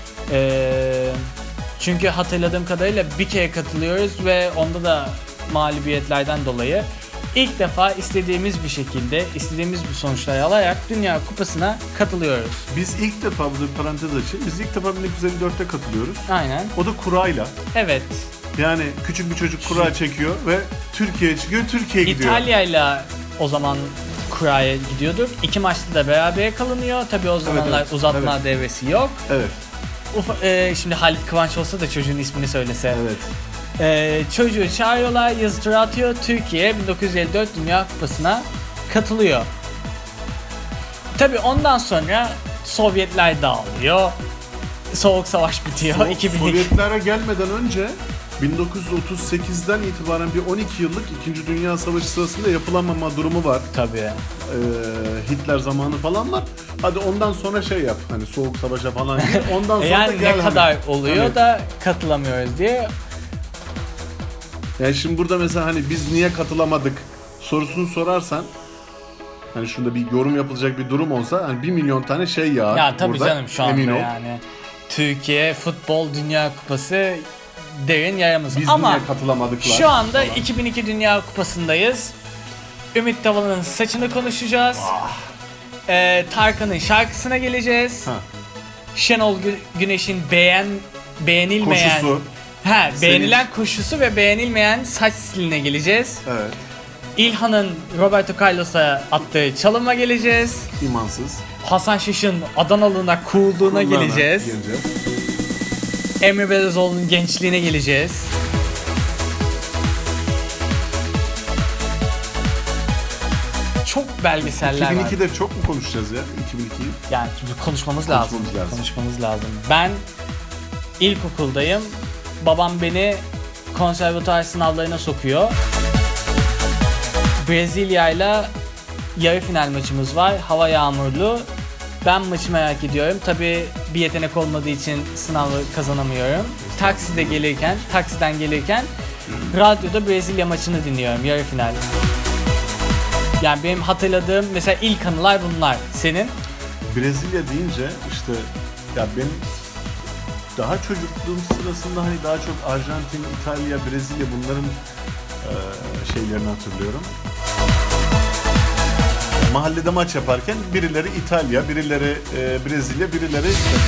[SPEAKER 2] Çünkü hatırladığım kadarıyla bir kere katılıyoruz ve onda da mağlubiyetlerden dolayı ilk defa istediğimiz bir şekilde, istediğimiz bir sonuçları alarak Dünya Kupası'na katılıyoruz.
[SPEAKER 3] Biz ilk defa, bu da bir parantez açayım, biz ilk defa 1954'te katılıyoruz.
[SPEAKER 2] Aynen.
[SPEAKER 3] O da kurayla.
[SPEAKER 2] Evet.
[SPEAKER 3] Yani küçük bir çocuk kura çekiyor ve Türkiye'ye çıkıyor, Türkiye gidiyor.
[SPEAKER 2] İtalya'yla o zaman kuraya gidiyorduk. 2 maçta da berabere kalınıyor. Tabii o zamanlar
[SPEAKER 3] evet,
[SPEAKER 2] uzatma
[SPEAKER 3] evet.
[SPEAKER 2] devresi yok.
[SPEAKER 3] Evet.
[SPEAKER 2] Şimdi Halit Kıvanç olsa da çocuğun ismini söylese.
[SPEAKER 3] Evet.
[SPEAKER 2] Çocuğu çağırıyorlar, yazı tura atıyor. Türkiye 1954 Dünya Kupası'na katılıyor. Tabii ondan sonra Sovyetler dağılıyor. Soğuk Savaş bitiyor. 2002.
[SPEAKER 3] Sovyetlere gelmeden önce 1938'den itibaren bir 12 yıllık 2. Dünya Savaşı sırasında yapılamama durumu var.
[SPEAKER 2] Tabii.
[SPEAKER 3] Hitler zamanı falan var. Hadi ondan sonra şey yap. Hani Soğuk Savaş'a falan gir. Ondan sonra da
[SPEAKER 2] Yani
[SPEAKER 3] gel.
[SPEAKER 2] ne kadar
[SPEAKER 3] hani.
[SPEAKER 2] oluyor
[SPEAKER 3] Hani-
[SPEAKER 2] da katılamıyoruz diye.
[SPEAKER 3] Yani şimdi burada mesela hani biz niye katılamadık sorusunu sorarsan, hani şurada bir yorum yapılacak bir durum olsa hani 1 milyon tane şey yağar.
[SPEAKER 2] Ya tabii
[SPEAKER 3] burada,
[SPEAKER 2] canım şu anda
[SPEAKER 3] emin ol.
[SPEAKER 2] yani. Türkiye Futbol Dünya Kupası derin yaramız.
[SPEAKER 3] Biz
[SPEAKER 2] Ama
[SPEAKER 3] niye katılamadıklar?
[SPEAKER 2] şu anda
[SPEAKER 3] falan.
[SPEAKER 2] 2002 Dünya Kupası'ndayız. Ümit Davala'nın saçını konuşacağız. Tarkan'ın şarkısına geleceğiz.
[SPEAKER 3] Ha.
[SPEAKER 2] Şenol Güneş'in beğenilmeyen
[SPEAKER 3] Koşusu.
[SPEAKER 2] beğenilen koşusu ve beğenilmeyen saç stiline geleceğiz.
[SPEAKER 3] Evet.
[SPEAKER 2] İlhan'ın Roberto Carlos'a attığı çalıma geleceğiz.
[SPEAKER 3] İmansız.
[SPEAKER 2] Hasan Şaş'ın Adanalı'na cool'luğuna geleceğiz. Emre Belezoğlu'nun gençliğine geleceğiz. Çok belgeseller var.
[SPEAKER 3] 2002'de çok mu konuşacağız ya? 2002'yi.
[SPEAKER 2] Yani konuşmamız lazım. Konuşmamız lazım. Ben ilkokuldayım. Babam beni konservatuar sınavlarına sokuyor. Brezilya ile yarı final maçımız var. Hava yağmurlu. Ben maçı merak ediyorum. Tabii bir yetenek olmadığı için sınavı kazanamıyorum. Taksiden gelirken radyoda Brezilya maçını dinliyorum. Yarı final. Yani benim hatırladığım mesela ilk anılar bunlar. Senin?
[SPEAKER 3] Brezilya deyince işte ya benim daha çocukluğum sırasında hani daha çok Arjantin, İtalya, Brezilya bunların şeylerini hatırlıyorum. Mahallede maç yaparken birileri İtalya, birileri Brezilya, birileri işte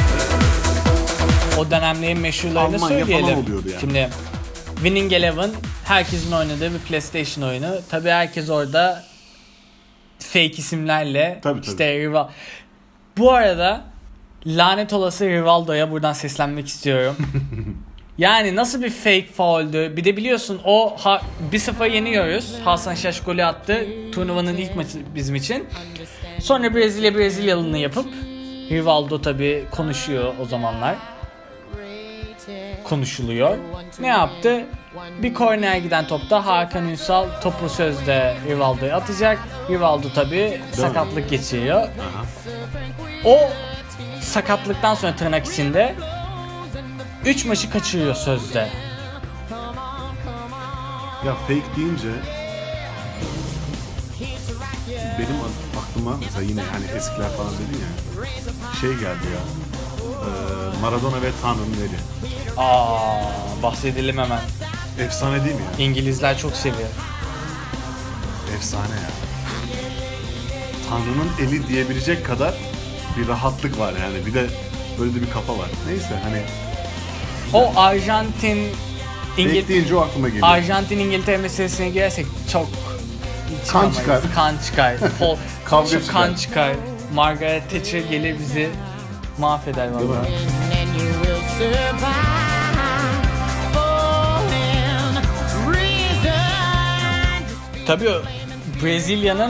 [SPEAKER 2] O dönemlerin meşhurlarını
[SPEAKER 3] Almanya
[SPEAKER 2] söyleyelim.
[SPEAKER 3] falan oluyordu yani.
[SPEAKER 2] Şimdi Winning Eleven herkesin oynadığı bir PlayStation oyunu. Tabii herkes orada fake isimlerle
[SPEAKER 3] Tabii.
[SPEAKER 2] işte rival. Bu arada lanet olası Rivaldo'ya buradan seslenmek istiyorum. Yani nasıl bir fake fauldü? Bir de biliyorsun 1-0 yeniyoruz. Hasan Şaş golü attı. Turnuvanın ilk maçı bizim için. Sonra Brezilyalını yapıp Rivaldo tabii konuşuyor o zamanlar. Konuşuluyor. Ne yaptı? Bir korner giden topta Hakan Ünsal topu sözde Rivaldo'ya atacak. Rivaldo tabii sakatlık geçiriyor. O sakatlıktan sonra tırnak içinde 3 maçı kaçırıyor sözde.
[SPEAKER 3] ya fake deyince benim aklıma mesela yine hani eskiler falan dedin ya şey geldi ya Maradona ve Tanrı'nın eli.
[SPEAKER 2] Bahsedelim hemen.
[SPEAKER 3] Efsane değil mi ya?
[SPEAKER 2] İngilizler çok seviyor.
[SPEAKER 3] Efsane ya. Tanrı'nın eli diyebilecek kadar bir rahatlık var yani. Bir de böyle de bir kafa var. Neyse hani
[SPEAKER 2] O Arjantin
[SPEAKER 3] fake deyince o aklıma geliyor.
[SPEAKER 2] Arjantin İngiltere meselesine girersek çok
[SPEAKER 3] Kan
[SPEAKER 2] çıkamayız.
[SPEAKER 3] çıkar.
[SPEAKER 2] Kan çıkar.
[SPEAKER 3] Kavga
[SPEAKER 2] Çok
[SPEAKER 3] çıkar.
[SPEAKER 2] kan çıkar. Margaret Thatcher gelir bizi mahveder
[SPEAKER 3] Değil mi?
[SPEAKER 2] vallahi.
[SPEAKER 5] and you will survive. For reasons.
[SPEAKER 2] Tabii Brezilya'nın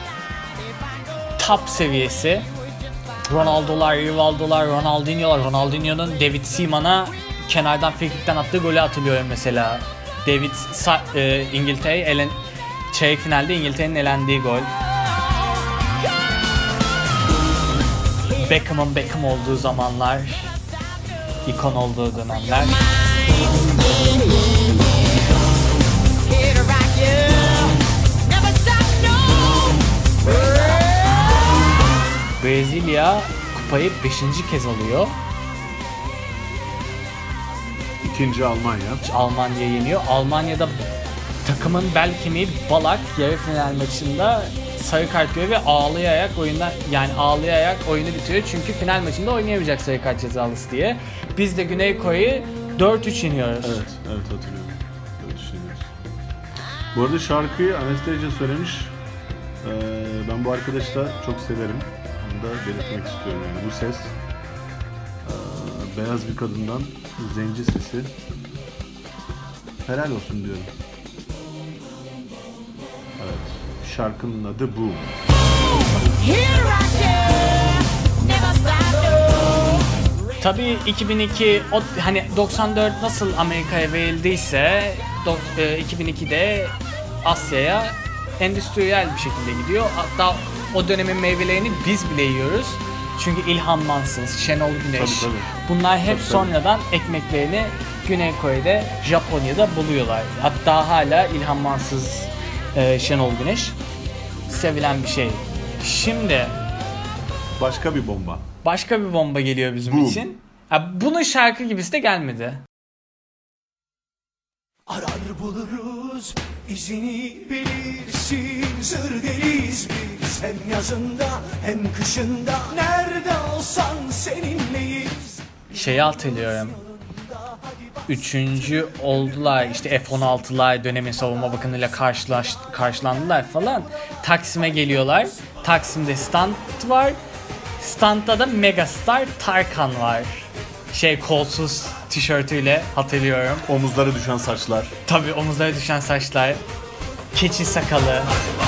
[SPEAKER 2] top seviyesi. Ronaldo'lar, Rivaldo'lar, Ronaldinho'nun David Seaman'a kenardan frikikten attığı golü hatırlıyorum mesela. İngiltere çeyrek finalde İngiltere'nin elendiği gol. Beckham'ın Beckham olduğu zamanlar, ikon olduğu dönemler.
[SPEAKER 5] Here to rock you. Never stop, no.
[SPEAKER 2] Brezilya kupayı 5. kez alıyor.
[SPEAKER 3] İkinci Almanya.
[SPEAKER 2] Almanya yeniyor. Almanya'da takımın bel kemiği Balak yarı final maçında sarı kart görüyor ve ağlayarak oyunu bitiriyor. Çünkü final maçında oynayamayacak sarı kart cezalısı diye. Biz de Güney Kore'yi 4-3 yeniyoruz.
[SPEAKER 3] Evet hatırlıyorum. Evet, düşünüyoruz. Bu arada şarkıyı Anastasia söylemiş. Ben bu arkadaşı da çok severim. Onu da belirtmek istiyorum yani. Bu ses beyaz bir kadından zenci sesi Helal olsun diyorum. Evet. Şarkının adı bu.
[SPEAKER 5] Here I am, never stop, no.
[SPEAKER 2] Tabii 2002 hani 94 nasıl Amerika'ya verildiyse 2002'de Asya'ya endüstriyel bir şekilde gidiyor. Hatta o dönemin meyvelerini biz bile yiyoruz. Çünkü İlhan Mansız, Şenol Güneş
[SPEAKER 3] Tabii.
[SPEAKER 2] bunlar hep
[SPEAKER 3] Tabii.
[SPEAKER 2] sonradan ekmeklerini Güney Kore'de, Japonya'da buluyorlar. Hatta hala İlhan Mansız, Şenol Güneş sevilen bir şey. Şimdi
[SPEAKER 3] Başka bir bomba.
[SPEAKER 2] başka bir bomba geliyor bizim
[SPEAKER 3] Boom.
[SPEAKER 2] için. Bunun şarkı gibisi de gelmedi.
[SPEAKER 4] Arar buluruz, izini bilirsin. Zır deliyiz biz, hem yazında hem kışında. Nerede olsan seninleyiz.
[SPEAKER 2] Şeyi hatırlıyorum. Üçüncü oldular, işte F-16'lar dönemin savunma bakanıyla karşılandılar falan. Taksim'e geliyorlar. Taksim'de stand var. Standta da megastar Tarkan var. Kolsuz tişörtüyle hatırlıyorum.
[SPEAKER 3] Omuzlara düşen saçlar.
[SPEAKER 2] Tabii omuzlara düşen saçlar. Keçi sakalı.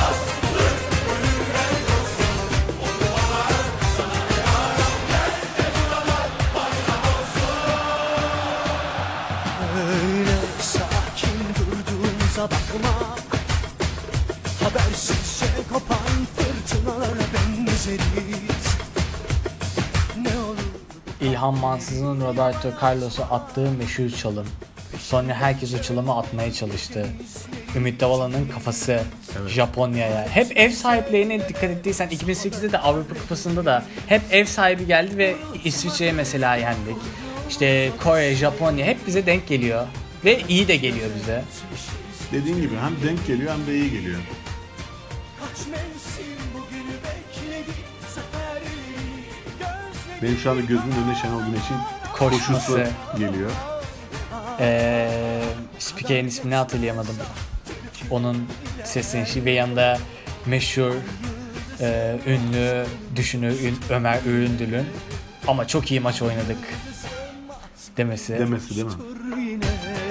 [SPEAKER 4] Öyle sakin durduğumuza bakma. Habersizce kopan fırtınalara benzeriz. Ne olur
[SPEAKER 2] İlhan Mansız'ın Roberto Carlos'a attığı meşhur çalım. Sonra herkes o çalımı atmaya çalıştı. Ümit Davala'nın kafası Japonya'ya. Hep ev sahiplerine dikkat ettiysen 2008'de de Avrupa Kupası'nda da hep ev sahibi geldi ve İsviçre'ye mesela yendik. İşte Kore, Japonya hep bize denk geliyor. Ve iyi de geliyor bize.
[SPEAKER 3] Dediğin gibi hem denk geliyor hem de iyi geliyor.
[SPEAKER 4] kaç mevsim bugünü bekledi. Seferini gözle
[SPEAKER 3] Benim şu anda gözümün önüne Şenol Güneş'in
[SPEAKER 2] Koşması.
[SPEAKER 3] koşusu geliyor.
[SPEAKER 2] Spikerin ismini hatırlayamadım. Onun seslenişi ve yanında meşhur ünlü düşünür Ömer Üründül'ün ama çok iyi maç oynadık demesi.
[SPEAKER 3] Demesi değil mi?
[SPEAKER 4] yine.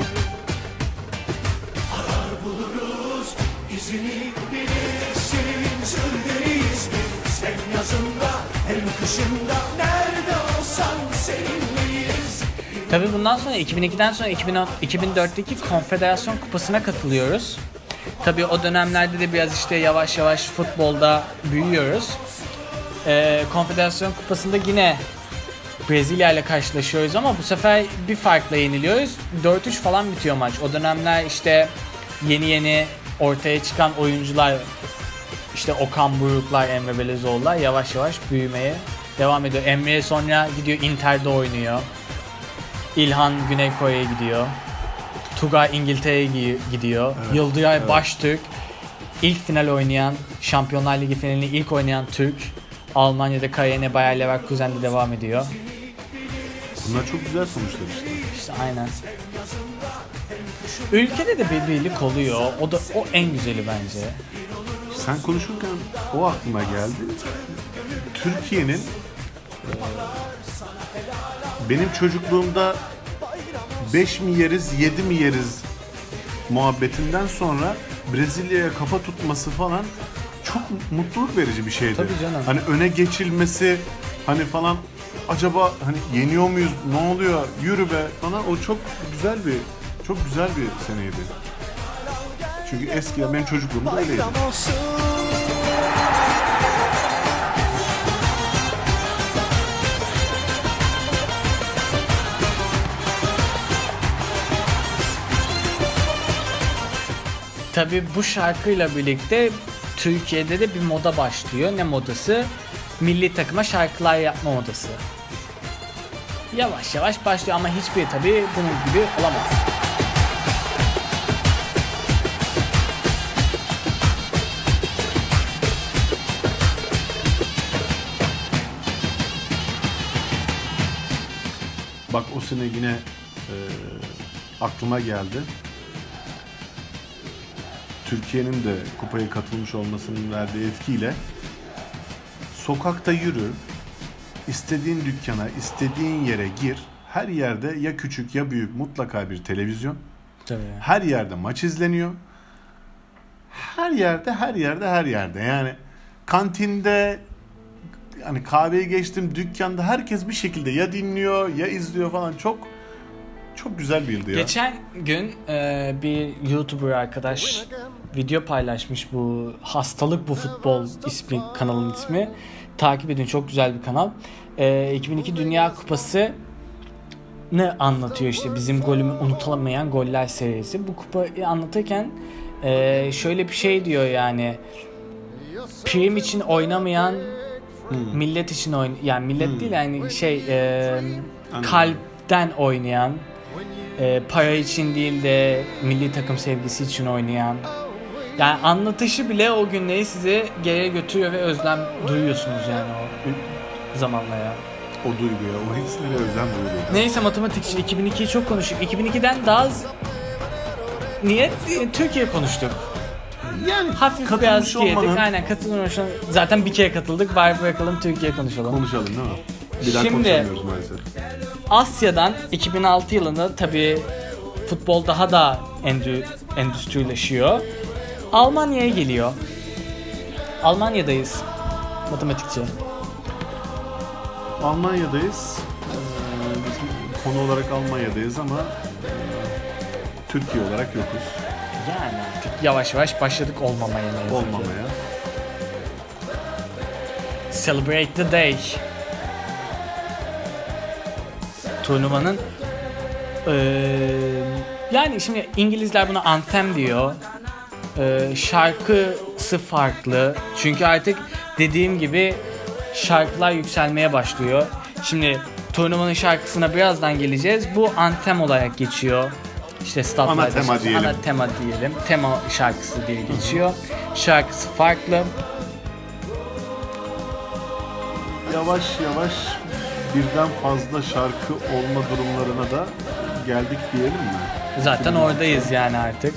[SPEAKER 4] Arar buluruz, izini bilirsin. Zır deliyiz biz, hem yazında hem kışında. Nerede olsan seninleyiz.
[SPEAKER 2] Tabii bundan sonra 2002'den sonra 2004'teki Konfederasyon Kupası'na katılıyoruz. Tabii o dönemlerde de biraz işte yavaş yavaş futbolda büyüyoruz. Konfederasyon Kupası'nda yine Brezilya ile karşılaşıyoruz ama bu sefer bir farkla yeniliyoruz. 4-3 falan bitiyor maç. O dönemler işte yeni ortaya çıkan oyuncular, işte Okan Buruklar, Emre Belezoğlu'lar yavaş yavaş büyümeye devam ediyor. Emre sonra gidiyor Inter'de oynuyor. İlhan Güney Kore'ye gidiyor. Tugay İngiltere'ye gidiyor.
[SPEAKER 3] Evet,
[SPEAKER 2] Yıldıray Baştürk ilk final oynayan, Şampiyonlar Ligi finalini ilk oynayan Türk. Almanya'da kariyerine Bayer Leverkusen'de devam ediyor.
[SPEAKER 3] Bunlar çok güzel sonuçlar işte.
[SPEAKER 2] İşte aynen. Ülkede de bir birlik oluyor. O en güzeli bence.
[SPEAKER 3] Sen konuşurken o aklıma geldi. Türkiye'nin benim çocukluğumda 5 mi yeriz 7 mi yeriz muhabbetinden sonra Brezilya'ya kafa tutması falan çok mutluluk verici bir şeydi.
[SPEAKER 2] Tabii canım.
[SPEAKER 3] Hani öne geçilmesi hani falan acaba hani yeniyor muyuz ne oluyor yürü be falan o çok güzel bir seneydi. Çünkü eskiden benim çocukluğumda öyleydi.
[SPEAKER 4] Bayram olsun.
[SPEAKER 2] Tabii bu şarkıyla birlikte Türkiye'de de bir moda başlıyor. Ne modası? Milli takıma şarkılar yapma modası. Yavaş yavaş başlıyor ama hiçbiri tabii bunun gibi olamaz.
[SPEAKER 3] Bak o sene yine aklıma geldi. Türkiye'nin de kupaya katılmış olmasının verdiği etkiyle sokakta yürü, istediğin dükkana, istediğin yere gir. Her yerde ya küçük ya büyük mutlaka bir televizyon.
[SPEAKER 2] Tabii.
[SPEAKER 3] Her yerde maç izleniyor. Her yerde. Yani kantinde, hani kahveyi geçtim, dükkanda herkes bir şekilde ya dinliyor ya izliyor falan. Çok güzel bir yıldı ya.
[SPEAKER 2] Geçen gün bir YouTuber arkadaş video paylaşmış, bu Hastalık Bu Futbol ismi, kanalın ismi. Takip edin, çok güzel bir kanal. 2002 Dünya Kupası ne anlatıyor, işte bizim golümü unutulamayan goller serisi. Bu kupayı anlatırken şöyle bir şey diyor, yani prim için oynamayan millet için yani millet değil, yani kalpten oynayan, para için değil de milli takım sevgisi için oynayan. Yani anlatışı bile o günleri size geriye götürüyor ve özlem duyuyorsunuz yani o zamanlara.
[SPEAKER 3] O duyguya, o hislere özlem duyuyor.
[SPEAKER 2] Neyse, matematikçi 2002'yi çok konuştuk. 2002'den daha az niye Türkiye konuştuk.
[SPEAKER 3] Yani
[SPEAKER 2] Hafif biraz yedik. Aynen, katılmış. Zaten bir kere katıldık. Bari bırakalım Türkiye konuşalım.
[SPEAKER 3] Konuşalım değil mi? Bir daha
[SPEAKER 2] Şimdi
[SPEAKER 3] konuşamıyoruz maalesef.
[SPEAKER 2] Asya'dan 2006 yılında tabii futbol daha da endüstrileşiyor. Almanya'ya geliyor. Almanya'dayız. Matematikçi.
[SPEAKER 3] Almanya'dayız. Biz konu olarak Almanya'dayız ama Türkiye olarak yokuz.
[SPEAKER 2] Yani artık yavaş yavaş başladık olmamaya. ne yazık ki.
[SPEAKER 3] Olmamaya.
[SPEAKER 2] Celebrate the day. Turnuvanın yani şimdi İngilizler buna anthem diyor. Şarkısı farklı. Çünkü artık dediğim gibi şarkılar yükselmeye başlıyor. Şimdi turnuvanın şarkısına birazdan geleceğiz. Bu anthem olarak geçiyor. İşte statlarda
[SPEAKER 3] Ana tema diyelim.
[SPEAKER 2] Ana tema diyelim. Tema şarkısı diye geçiyor. Şarkısı farklı.
[SPEAKER 3] Yavaş yavaş birden fazla şarkı olma durumlarına da geldik diyelim mi?
[SPEAKER 2] Zaten oradayız yani artık.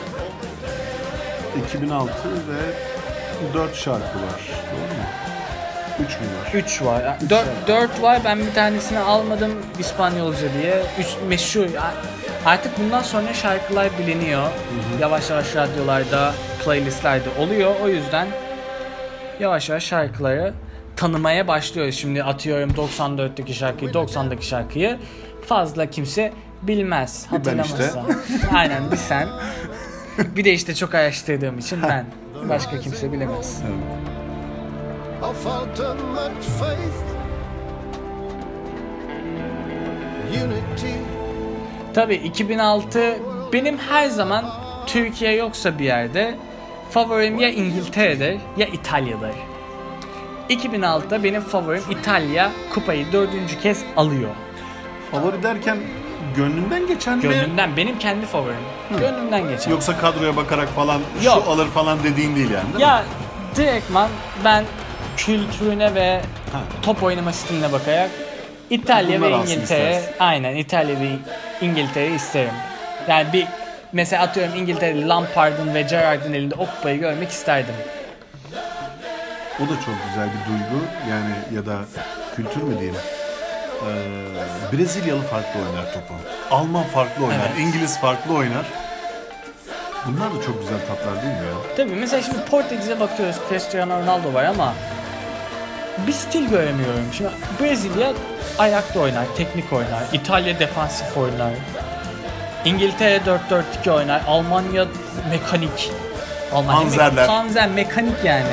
[SPEAKER 3] 2006 ve 4 şarkı var. Doğru mu? 3 mü var?
[SPEAKER 2] 3 var. 4 var. Ben bir tanesini almadım İspanyolca diye. 3 meşhur. Artık bundan sonra şarkılar biliniyor. Yavaş yavaş radyolarda, playlistlerde oluyor. O yüzden yavaş yavaş şarkıları tanımaya başlıyoruz. Şimdi atıyorum 94'teki şarkıyı, 90'daki şarkıyı fazla kimse bilmez.
[SPEAKER 3] Bir ben işte.
[SPEAKER 2] Hatırlamazsa. Aynen, bir sen. Bir de işte çok araştırdığım için ben. Başka kimse bilemez.
[SPEAKER 4] of ultimate faith, unity.
[SPEAKER 2] Tabii 2006 benim her zaman Türkiye yoksa bir yerde favorim ya İngiltere'dir ya İtalya'dır. 2006'da benim favorim İtalya kupayı 4. kez alıyor.
[SPEAKER 3] Favori derken gönlünden geçen mi?
[SPEAKER 2] Gönlümden, benim kendi favorim. Gönlümden geçen.
[SPEAKER 3] Yoksa kadroya bakarak falan
[SPEAKER 2] Yok.
[SPEAKER 3] şu alır falan dediğin değil yani, değil mi?
[SPEAKER 2] Ya direktman ben kültürüne ve top oynama stiline bakarak İtalya
[SPEAKER 3] Bunlar
[SPEAKER 2] ve
[SPEAKER 3] alsın
[SPEAKER 2] İngiltere,
[SPEAKER 3] istersin.
[SPEAKER 2] aynen İtalya ve İngiltere'yi isterim. Yani bir mesela atıyorum İngiltere, Lampard'ın ve Gerrard'ın elinde o kupayı görmek isterdim.
[SPEAKER 3] O da çok güzel bir duygu yani, ya da kültür mü diyeyim. Brezilyalı farklı oynar topu. Alman farklı oynar.
[SPEAKER 2] Evet.
[SPEAKER 3] İngiliz farklı oynar. Bunlar da çok güzel tatlar değil mi ya?
[SPEAKER 2] Tabii mesela şimdi Portekiz'e bakıyoruz, Cristiano Ronaldo var ama bir stil göremiyorum. Şimdi Brezilya ayakta oynar, teknik oynar. İtalya defansif oynar. İngiltere 4-4-2 oynar. Almanya mekanik.
[SPEAKER 3] Panzerler.
[SPEAKER 2] Panzer mekanik yani.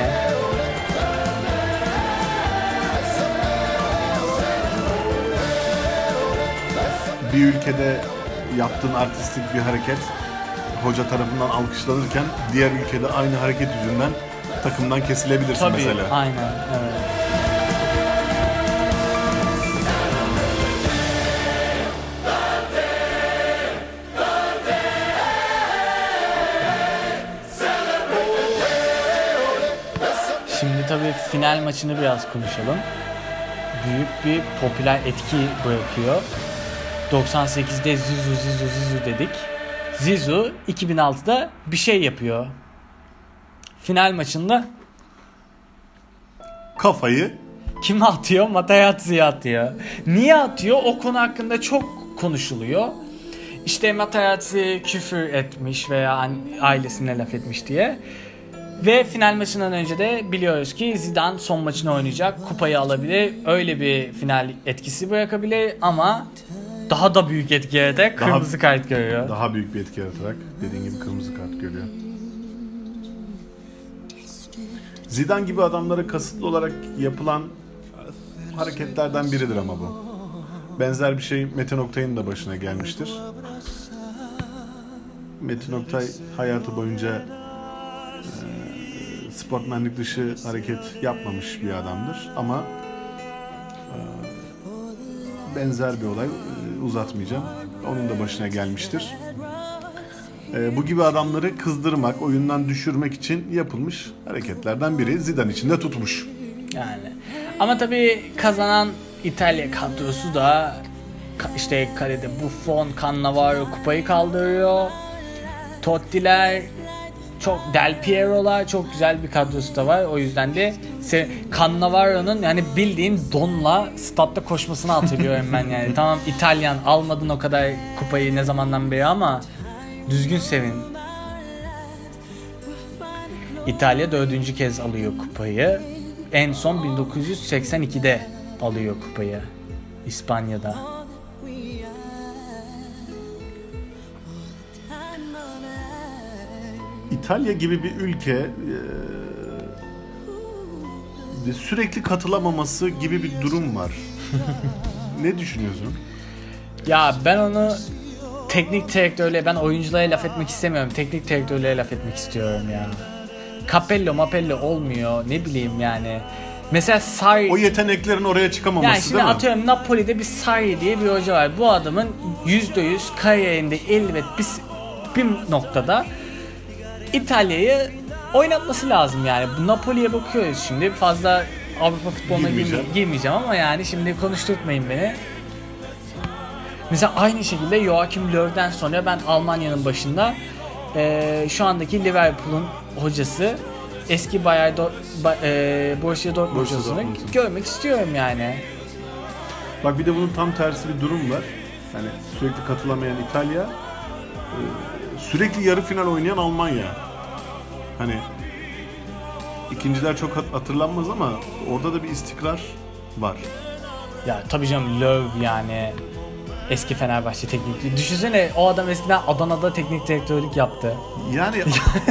[SPEAKER 3] Bir ülkede yaptığın artistik bir hareket hoca tarafından alkışlanırken diğer ülkede aynı hareket yüzünden takımdan kesilebilirsin
[SPEAKER 2] Tabii,
[SPEAKER 3] mesela.
[SPEAKER 2] aynen, evet. Şimdi tabii final maçını biraz konuşalım. Büyük bir popüler etki bırakıyor. 98'de Zizou dedik. Zizou 2006'da bir şey yapıyor. Final maçında
[SPEAKER 3] Kafayı
[SPEAKER 2] kim atıyor? Materazzi'ye atıyor. Niye atıyor? O konu hakkında çok konuşuluyor. İşte Materazzi küfür etmiş veya ailesine laf etmiş diye. Ve final maçından önce de biliyoruz ki Zidane son maçını oynayacak. Kupayı alabilir. Öyle bir final etkisi bırakabilir ama daha da büyük etki yaratarak kırmızı kart görüyor.
[SPEAKER 3] Daha büyük bir etki yaratarak dediğin gibi kırmızı kart görüyor. Zidane gibi adamlara kasıtlı olarak yapılan hareketlerden biridir ama bu. Benzer bir şey Metin Oktay'ın da başına gelmiştir. Metin Oktay hayatı boyunca sportmenlik dışı hareket yapmamış bir adamdır ama benzer bir olay uzatmayacağım. Onun da başına gelmiştir. Bu gibi adamları kızdırmak, oyundan düşürmek için yapılmış hareketlerden biri. Zidane için de tutmuş.
[SPEAKER 2] Yani. Ama tabii kazanan İtalya kadrosu da işte kalede Buffon, Cannavaro kupayı kaldırıyor. Totti'ler, çok Del Piero'lar, çok güzel bir kadrosu da var. O yüzden de Cannavaro'nun yani bildiğin donla statta koşmasını hatırlıyorum ben yani. Tamam İtalyan, almadın o kadar kupayı ne zamandan beri ama düzgün sevin. İtalya 4. kez alıyor kupayı. En son 1982'de alıyor kupayı İspanya'da.
[SPEAKER 3] İtalya gibi bir ülke sürekli katılamaması gibi bir durum var. Ne düşünüyorsun?
[SPEAKER 2] Ya ben onu teknik direktörle, ben oyunculara laf etmek istemiyorum. Teknik direktörlere laf etmek istiyorum ya. Capello olmuyor, ne bileyim yani. Mesela Sarri...
[SPEAKER 3] O yeteneklerin oraya çıkamaması
[SPEAKER 2] yani
[SPEAKER 3] değil mi?
[SPEAKER 2] şimdi atıyorum Napoli'de bir Sarri diye bir hoca var. Bu adamın %100 kariyerinde elbet bir noktada İtalya'yı oynatması lazım yani. Bu Napoli'ye bakıyoruz şimdi. Fazla Avrupa futboluna girmeyeceğim ama yani şimdi konuşturtmayın beni. Mesela aynı şekilde Joachim Löw'den sonra ben Almanya'nın başında şu andaki Liverpool'un hocası eski Borussia Dortmund hocasını görmek istiyorum yani.
[SPEAKER 3] Bak bir de bunun tam tersi bir durum var. Hani sürekli katılamayan İtalya, sürekli yarı final oynayan Almanya. Hani ikinciler çok hatırlanmaz ama orada da bir istikrar var.
[SPEAKER 2] Ya tabii canım Löw yani eski Fenerbahçe teknik. Düşünsene o adam eskiden Adana'da teknik direktörlük yaptı.
[SPEAKER 3] Yani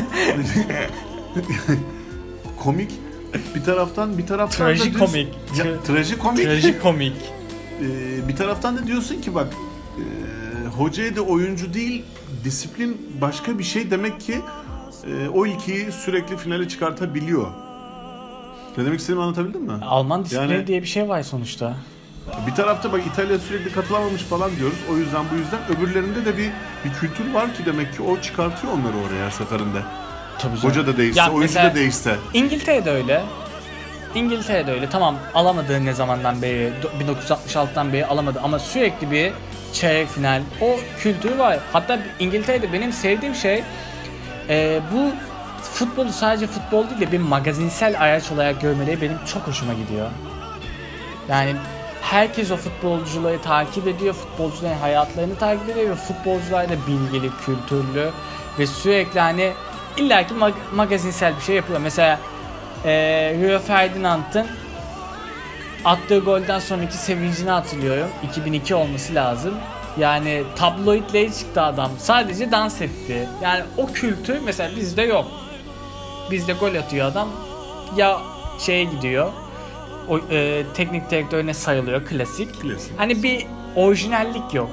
[SPEAKER 3] komik bir taraftan
[SPEAKER 2] trajikomik. Trajikomik.
[SPEAKER 3] Bir taraftan da diyorsun ki bak hocaya da oyuncu değil disiplin başka bir şey demek ki o ülkeyi sürekli finale çıkartabiliyor. Ne demek istediğimi anlatabildim mi?
[SPEAKER 2] Alman disiplini
[SPEAKER 3] yani,
[SPEAKER 2] diye bir şey var sonuçta.
[SPEAKER 3] Bir tarafta bak İtalya sürekli katılamamış falan diyoruz. O yüzden öbürlerinde de bir kültür var ki demek ki o çıkartıyor onları oraya her seferinde.
[SPEAKER 2] Tabii canım.
[SPEAKER 3] Hoca da değişse,
[SPEAKER 2] ya
[SPEAKER 3] oyuncu da değişse.
[SPEAKER 2] İngiltere'de öyle. Tamam alamadığı ne zamandan beri 1966'dan beri alamadı ama sürekli bir çeyrek final o kültürü var. Hatta İngiltere'de benim sevdiğim şey bu futbolu sadece futbol değil de bir magazinsel araç olarak görmeleri benim çok hoşuma gidiyor. Yani herkes o futbolcuları takip ediyor, futbolcuların hayatlarını takip ediyor ve futbolcular da bilgili, kültürlü ve sürekli hani illaki magazinsel bir şey yapıyor. Mesela Rio Ferdinand'ın attığı golden sonraki sevincini hatırlıyorum. 2002 olması lazım. Yani tabloidlere çıktı adam. Sadece dans etti. Yani o kültür mesela bizde yok. Bizde gol atıyor adam. Ya şeye gidiyor. O teknik direktörüne sayılıyor klasik. Hani bir orijinallik yok.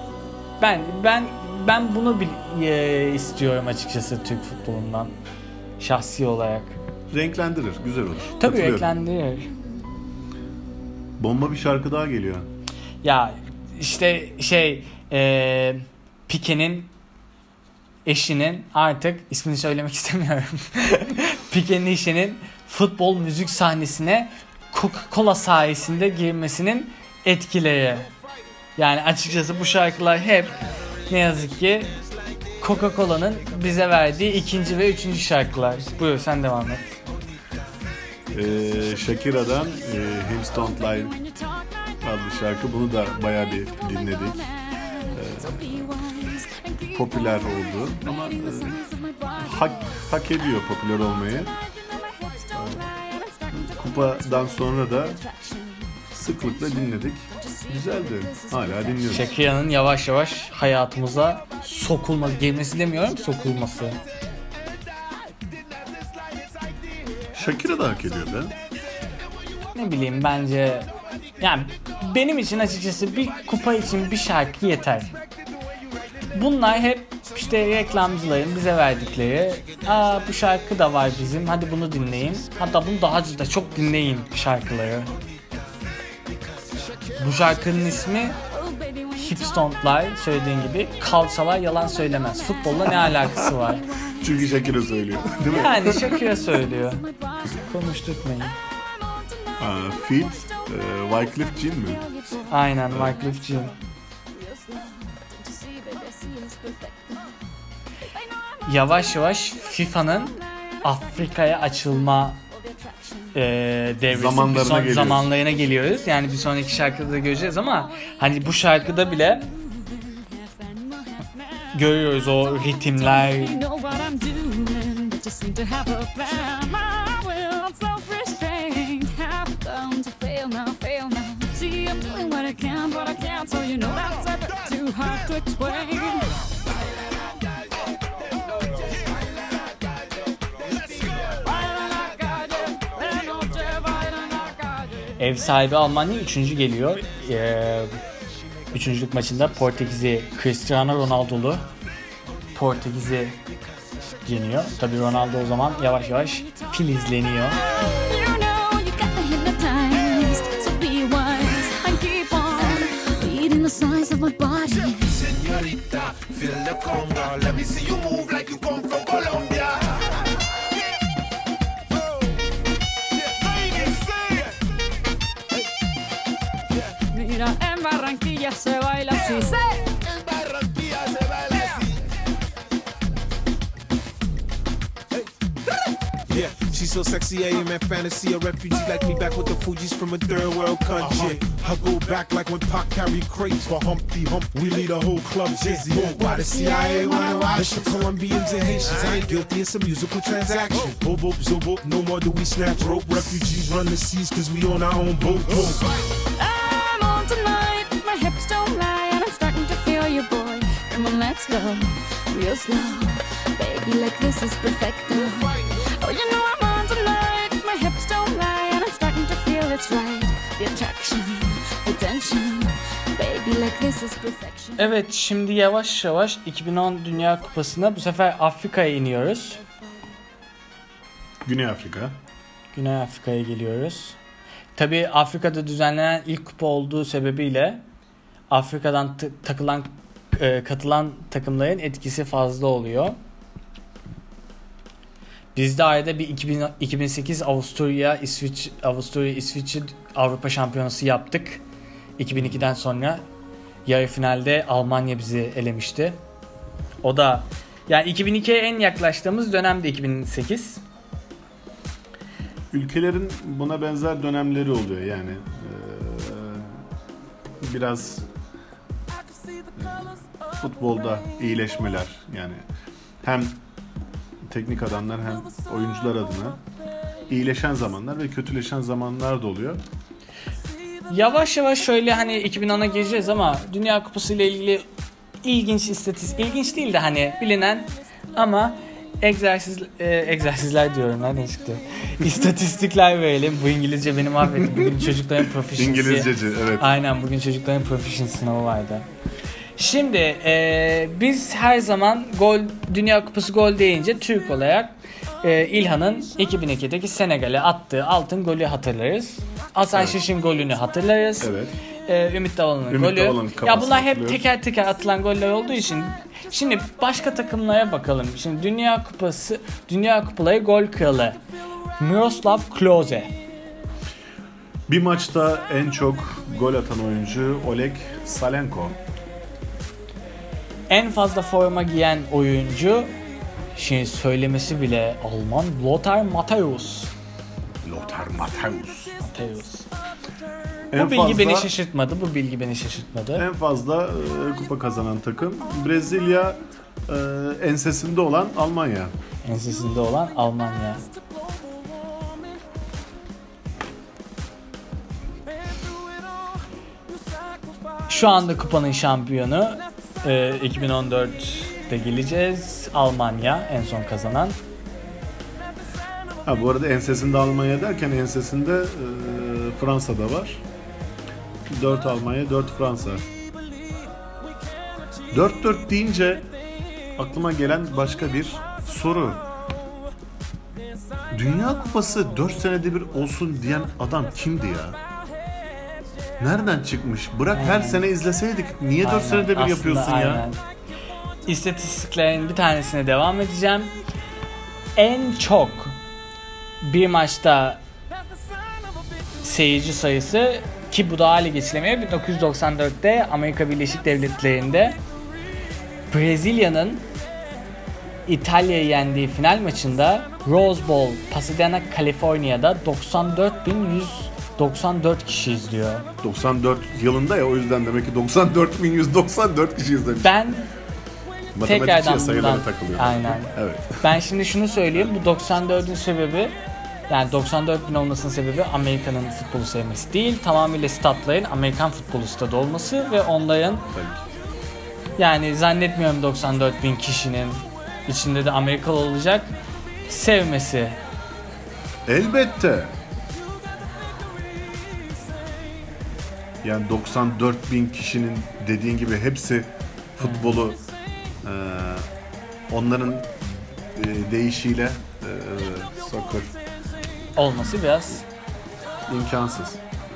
[SPEAKER 2] Ben bunu istiyorum açıkçası Türk futbolundan şahsi olarak.
[SPEAKER 3] Renklendirir, güzel olur.
[SPEAKER 2] Tabii renklendirir.
[SPEAKER 3] Bomba bir şarkı daha geliyor.
[SPEAKER 2] Ya işte Piqué'nin eşinin artık ismini söylemek istemiyorum. Piqué'nin eşinin futbol müzik sahnesine Coca-Cola sayesinde girmesinin etkileri. Yani açıkçası bu şarkılar hep ne yazık ki Coca-Cola'nın bize verdiği ikinci ve üçüncü şarkılar. Buyur sen devam et.
[SPEAKER 3] Shakira'dan Hips Don't Lie adlı şarkı. Bunu da bayağı bir dinledik. popüler oldu ama hak ediyor popüler olmayı. Kupadan sonra da sıklıkla dinledik. Güzeldi. Hala dinliyoruz.
[SPEAKER 2] Shakira'nın yavaş yavaş hayatımıza sokulması, girmesi demiyorum, sokulması.
[SPEAKER 3] Shakira da hak ediyor be.
[SPEAKER 2] Ne bileyim, bence yani benim için açıkçası bir kupa için bir şarkı yeter. Bunlar hep işte reklamcıların bize verdikleri, bu şarkı da var bizim, hadi bunu dinleyin. Hatta bunu daha da çok dinleyin şarkıları. Bu şarkının ismi Hips Don't Lie, söylediğin gibi kalçalar yalan söylemez. Futbolla ne alakası var?
[SPEAKER 3] Çünkü Shakira söylüyor. Değil mi?
[SPEAKER 2] Yani Shakira söylüyor. Konuşturtmayın.
[SPEAKER 3] Feat, Wyclef Jean mi?
[SPEAKER 2] Aynen, Wyclef Jean. Yavaş yavaş FIFA'nın Afrika'ya açılma devresi zamanlarına geliyoruz. Yani bir sonraki şarkıda da göreceğiz ama hani bu şarkıda bile görüyoruz o ritimler.
[SPEAKER 5] You know what I'm doing, but you seem to have a plan. My will, self-restraint, have come to fail now. See, I'm doing what I can, but I can't, so you know that's a bit too hard to explain.
[SPEAKER 2] Ev sahibi Almanya 3. geliyor. Üçüncülük maçında Portekiz'i Cristiano Ronaldo'lu Portekiz'i yeniyor. Tabii Ronaldo o zaman yavaş yavaş filizleniyor.
[SPEAKER 5] You know you got me hypnotized, so be wise and keep on beating the size of my body.
[SPEAKER 4] Señorita, feel the conga. Let me see you move like you come from Colombia.
[SPEAKER 5] Mira, en Barranquilla se baila así.
[SPEAKER 6] Yeah, she's so sexy, I am in fantasy. A refugee like me back with the Fugees from a third world country. I go back like when Pac carried crates for Humpty Hump. We lead a whole club dizzy. Why the CIA wanna watch? It's the Colombians and Haitians. I ain't guilty, it's a musical transaction. Boop, boop, zo, boop. No more do we snatch rope. Refugees run the seas cause we on our own boat.
[SPEAKER 5] I'm on tonight, my hips don't lie, and I'm starting to feel you, boy. Come on, let's go, real slow. Baby, like this is perfecto. Oh, you know I'm on tonight, my hips don't lie, and I'm starting to feel it's right. The attraction, the tension. Baby, like this is perfection.
[SPEAKER 2] Evet, şimdi yavaş yavaş 2010 Dünya Kupası'na bu sefer Afrika'ya iniyoruz.
[SPEAKER 3] Güney Afrika.
[SPEAKER 2] Güney Afrika'ya geliyoruz. Tabii Afrika'da düzenlenen ilk kupa olduğu sebebiyle Afrika'dan katılan takımların etkisi fazla oluyor. Biz de ayda bir 2008 Avusturya İsviçre Avrupa Şampiyonası yaptık. 2002'den sonra yarı finalde Almanya bizi elemişti. O da yani 2002'ye en yaklaştığımız dönemde 2008.
[SPEAKER 3] Ülkelerin buna benzer dönemleri oluyor yani. Biraz futbolda iyileşmeler yani hem teknik adamlar hem oyuncular adına iyileşen zamanlar ve kötüleşen zamanlar da oluyor.
[SPEAKER 2] Yavaş yavaş şöyle hani 2010'a gireceğiz ama Dünya Kupası ile ilgili ilginç değil de hani bilinen ama egzersizler diyorum lan, ne çıktı? İstatistikler verelim. Bu İngilizce beni mahvetti. Bugün çocukların proficiency.
[SPEAKER 3] İngilizceci, evet.
[SPEAKER 2] Aynen, bugün çocukların proficiency sınavı vardı. Şimdi biz her zaman Dünya Kupası gol deyince Türk olarak İlhan'ın 2002'deki Senegal'e attığı altın golü hatırlarız. Hasan Şiş'in golünü hatırlarız.
[SPEAKER 3] Evet.
[SPEAKER 2] Ümit Davala'nın golü. Ya bunlar hep teker teker atılan goller olduğu için şimdi başka takımlara bakalım. Şimdi Dünya Kupaları gol kralı Miroslav Klose.
[SPEAKER 3] Bir maçta en çok gol atan oyuncu Oleg Salenko.
[SPEAKER 2] En fazla forma giyen oyuncu, şimdi söylemesi bile Alman, Lothar Matthäus. Bu bilgi beni şaşırtmadı. En fazla kupa kazanan takım Brezilya
[SPEAKER 3] ensesinde olan Almanya.
[SPEAKER 2] Ensesinde olan Almanya. Şu anda kupanın şampiyonu 2014'te geleceğiz. Almanya en son kazanan.
[SPEAKER 3] Ha, bu arada ensesinde Almanya derken ensesinde Fransa'da var. 4 Almanya, 4 Fransa. 4-4 deyince aklıma gelen başka bir soru. Dünya Kupası 4 senede bir olsun diyen adam kimdi ya? Nereden çıkmış? Bırak her sene izleseydik. Niye 4
[SPEAKER 2] Aynen,
[SPEAKER 3] senede bir
[SPEAKER 2] aslında
[SPEAKER 3] yapıyorsun ya?
[SPEAKER 2] aynen. İstatistiklerin bir tanesine devam edeceğim. En çok bir maçta seyirci sayısı, ki bu da hale geçilemiyor, 1994'te Amerika Birleşik Devletleri'nde Brezilya'nın İtalya'yı yendiği final maçında Rose Bowl, Pasadena, Kaliforniya'da 94.194 kişi izliyor.
[SPEAKER 3] 94 yılında ya, o yüzden demek ki 94.194 kişi izlemiş.
[SPEAKER 2] Ben
[SPEAKER 3] Matematikçiye
[SPEAKER 2] tekrardan
[SPEAKER 3] sayılara
[SPEAKER 2] bundan,
[SPEAKER 3] takılıyor.
[SPEAKER 2] aynen.
[SPEAKER 3] Evet.
[SPEAKER 2] Ben şimdi şunu söyleyeyim, bu 94'ün sebebi, yani 94 bin olmasının sebebi Amerika'nın futbolu sevmesi değil, tamamıyla statların Amerikan futbolu stadı olması ve onların,
[SPEAKER 3] Tabii ki.
[SPEAKER 2] yani zannetmiyorum 94 bin kişinin içinde de Amerikalı olacak, sevmesi.
[SPEAKER 3] Elbette. Yani 94 bin kişinin dediğin gibi hepsi futbolu onların deyişiyle soccer
[SPEAKER 2] Olması biraz
[SPEAKER 3] imkansız.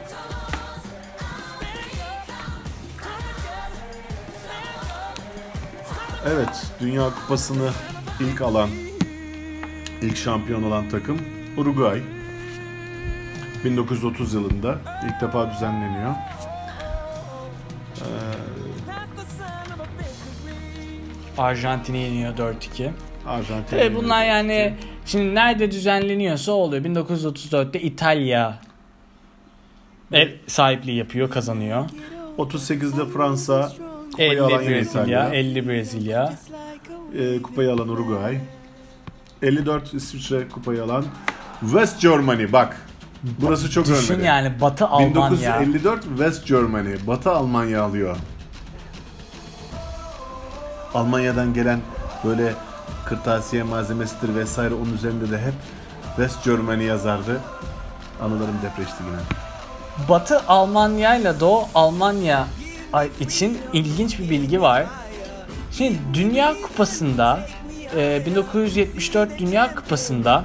[SPEAKER 3] Evet, Dünya Kupası'nı ilk şampiyon olan takım Uruguay. 1930 yılında ilk defa düzenleniyor.
[SPEAKER 2] Arjantin'i yeniyor 4-2.
[SPEAKER 3] Arjantin.
[SPEAKER 2] Tabii bunlar yani şimdi nerede düzenleniyorsa oluyor. 1934'te İtalya ev sahipliği yapıyor, kazanıyor.
[SPEAKER 3] 38'de Fransa, kupayı
[SPEAKER 2] 50
[SPEAKER 3] alan yine
[SPEAKER 2] Brezilya,
[SPEAKER 3] İtalya.
[SPEAKER 2] 50 Brezilya.
[SPEAKER 3] Kupayı alan Uruguay. 54 İsviçre, kupayı alan West Germany. Bak, burası çok
[SPEAKER 2] Düşün
[SPEAKER 3] önemli.
[SPEAKER 2] yani Batı Almanya.
[SPEAKER 3] 1954 West Germany, Batı Almanya alıyor. Almanya'dan gelen böyle kırtasiye malzemesidir vesaire, onun üzerinde de hep West Germany yazardı. Anılarım depreşti yine.
[SPEAKER 2] Batı Almanya ile Doğu Almanya için ilginç bir bilgi var. Şimdi Dünya Kupası'nda 1974 Dünya Kupası'nda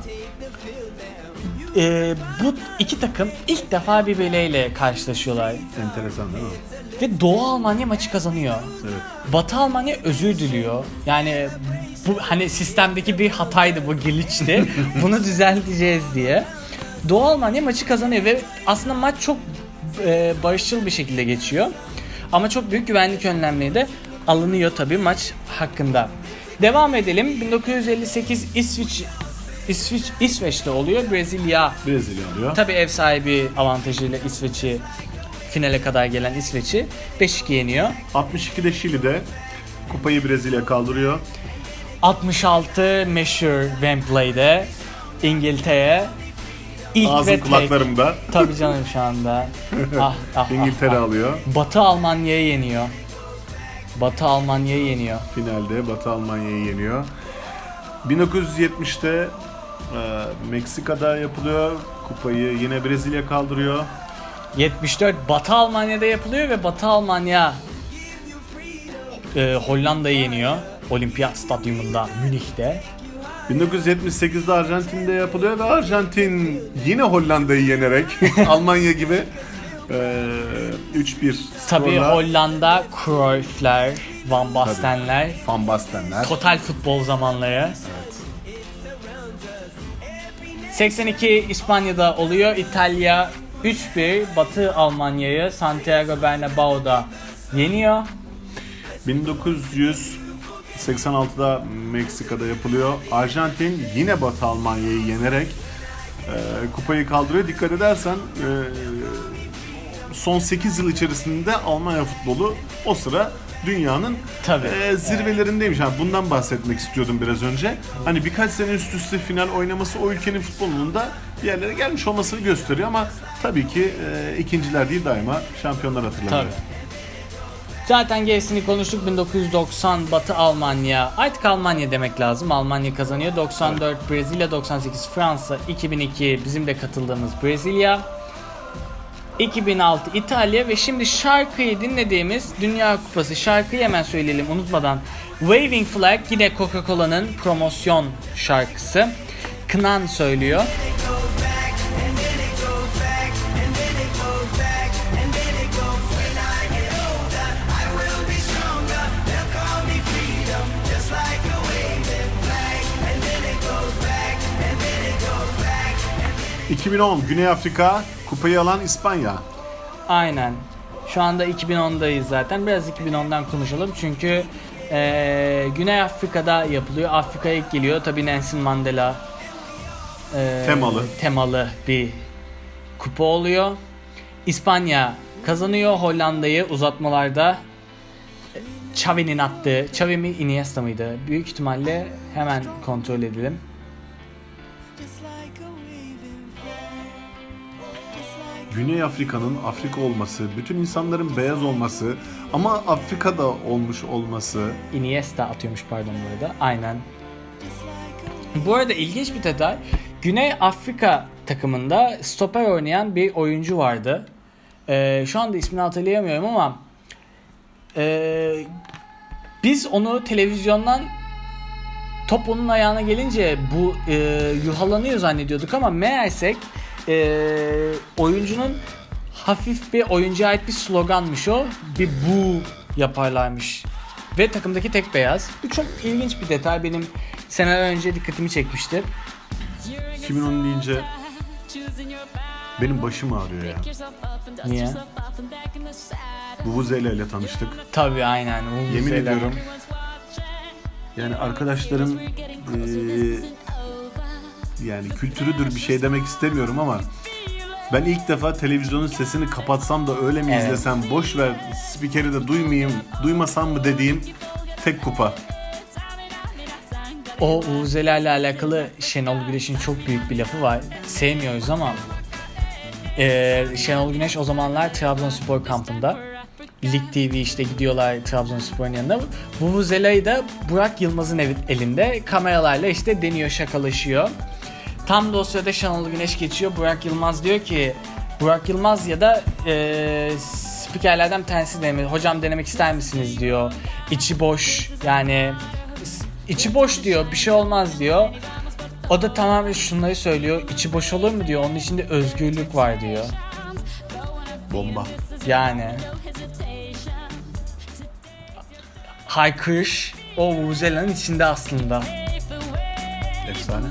[SPEAKER 2] bu iki takım ilk defa birbirleriyle karşılaşıyorlar.
[SPEAKER 3] Enteresan değil mi?
[SPEAKER 2] Ve Doğu Almanya maçı kazanıyor.
[SPEAKER 3] Evet.
[SPEAKER 2] Batı Almanya özür diliyor. Yani bu hani sistemdeki bir hataydı, bu glitch'ti. Bunu düzelteceğiz diye. Doğu Almanya maçı kazanıyor ve aslında maç çok barışçıl bir şekilde geçiyor. Ama çok büyük güvenlik önlemleri de alınıyor tabii maç hakkında. Devam edelim. 1958 İsveç'te oluyor. Brezilya
[SPEAKER 3] alıyor.
[SPEAKER 2] tabii ev sahibi avantajıyla İsveç'i, finale kadar gelen İsveç'i 5-2 yeniyor.
[SPEAKER 3] 62'de Şili'de kupayı Brezilya kaldırıyor.
[SPEAKER 2] 66 meşhur Wembley'de İngiltere ilk
[SPEAKER 3] Ağzım
[SPEAKER 2] ve tek.
[SPEAKER 3] kulaklarımda.
[SPEAKER 2] Tabii canım şu anda.
[SPEAKER 3] İngiltere alıyor.
[SPEAKER 2] Batı Almanya'yı yeniyor. Batı Almanya'yı yeniyor.
[SPEAKER 3] Finalde Batı Almanya'yı yeniyor. 1970'te Meksika'da yapılıyor. Kupayı yine Brezilya kaldırıyor.
[SPEAKER 2] 74 Batı Almanya'da yapılıyor ve Batı Almanya Hollanda'yı yeniyor. Olimpiyat Stadyumunda Münih'te.
[SPEAKER 3] 1978'de Arjantin'de yapılıyor ve Arjantin yine Hollanda'yı yenerek Almanya gibi 3-1
[SPEAKER 2] Tabii
[SPEAKER 3] skorla
[SPEAKER 2] Hollanda, Cruyff'ler, Van Basten'ler,
[SPEAKER 3] Van Basten'ler.
[SPEAKER 2] total futbol zamanları. 82 İspanya'da oluyor. İtalya 3-1 Batı Almanya'yı Santiago Bernabéu'da yeniyor.
[SPEAKER 3] 1986'da Meksika'da yapılıyor. Arjantin yine Batı Almanya'yı yenerek kupayı kaldırıyor. Dikkat edersen son 8 yıl içerisinde Almanya futbolu o sıra dünyanın
[SPEAKER 2] Tabii.
[SPEAKER 3] zirvelerindeymiş. Yani bundan bahsetmek istiyordum biraz önce. Hani birkaç sene üst üste final oynaması o ülkenin futbolunun da bir yerlere gelmiş olmasını gösteriyor ama tabii ki ikinciler değil daima şampiyonlar hatırlanıyor.
[SPEAKER 2] Tabii. Zaten gerisini konuştuk. 1990 Batı Almanya. Artık Almanya demek lazım. Almanya kazanıyor. 94 Brezilya, 98 Fransa, 2002 bizim de katıldığımız Brezilya, 2006 İtalya ve şimdi şarkıyı dinlediğimiz Dünya Kupası şarkıyı hemen söyleyelim unutmadan. Waving Flag yine Coca-Cola'nın promosyon şarkısı. Kınan söylüyor.
[SPEAKER 3] Evet. 2010 Güney Afrika kupayı alan İspanya.
[SPEAKER 2] Aynen. Şu anda 2010'dayız zaten. Biraz 2010'dan konuşalım çünkü Güney Afrika'da yapılıyor. Afrika'ya ilk geliyor. Tabii Nelson Mandela temalı bir kupa oluyor. İspanya kazanıyor Hollanda'yı uzatmalarda. Xavi'nin attığı, Xavi mi Iniesta mıydı? Büyük ihtimalle hemen kontrol edelim.
[SPEAKER 3] Güney Afrika'nın Afrika olması, bütün insanların beyaz olması ama Afrika'da olmuş olması.
[SPEAKER 2] Iniesta atıyormuş pardon bu arada. Aynen. Bu arada ilginç bir detay. Güney Afrika takımında stoper oynayan bir oyuncu vardı. Şu anda ismini hatırlayamıyorum ama biz onu televizyondan top onun ayağına gelince bu yuhalanıyor zannediyorduk ama meğersek oyuncunun hafif bir oyuncuya ait bir sloganmış o. Bir bu yaparlarmış. Ve takımdaki tek beyaz. Bu çok ilginç bir detay. Benim seneler önce dikkatimi çekmişti.
[SPEAKER 3] 2010 deyince benim başım ağrıyor ya.
[SPEAKER 2] Niye?
[SPEAKER 3] Vuvuzela ile tanıştık.
[SPEAKER 2] Tabii aynen.
[SPEAKER 3] Yemin ediyorum. Yani arkadaşlarım yani kültürüdür bir şey demek istemiyorum ama ben ilk defa televizyonun sesini kapatsam da öyle mi izlesem, boş ver spikeri de duymasam mı dediğim tek kupa.
[SPEAKER 2] O Vuvuzela ile alakalı Şenol Güneş'in çok büyük bir lafı var. Sevmiyoruz ama Şenol Güneş o zamanlar Trabzonspor kampında. Lig TV işte gidiyorlar Trabzonspor'un yanına. Vuvuzela'yı da Burak Yılmaz'ın elinde kameralarla işte deniyor, şakalaşıyor. Tam da o sırada Şenol Güneş geçiyor. Burak Yılmaz diyor ki, Burak Yılmaz ya da spikerlerden bir tanesi demiyor. Hocam denemek ister misiniz diyor. İçi boş yani içi boş diyor, bir şey olmaz diyor. O da tamamen şunları söylüyor. İçi boş olur mu diyor. Onun içinde özgürlük var diyor.
[SPEAKER 3] Bomba.
[SPEAKER 2] Yani haykırış o Vuvuzela'nın içinde aslında.
[SPEAKER 3] Efsane.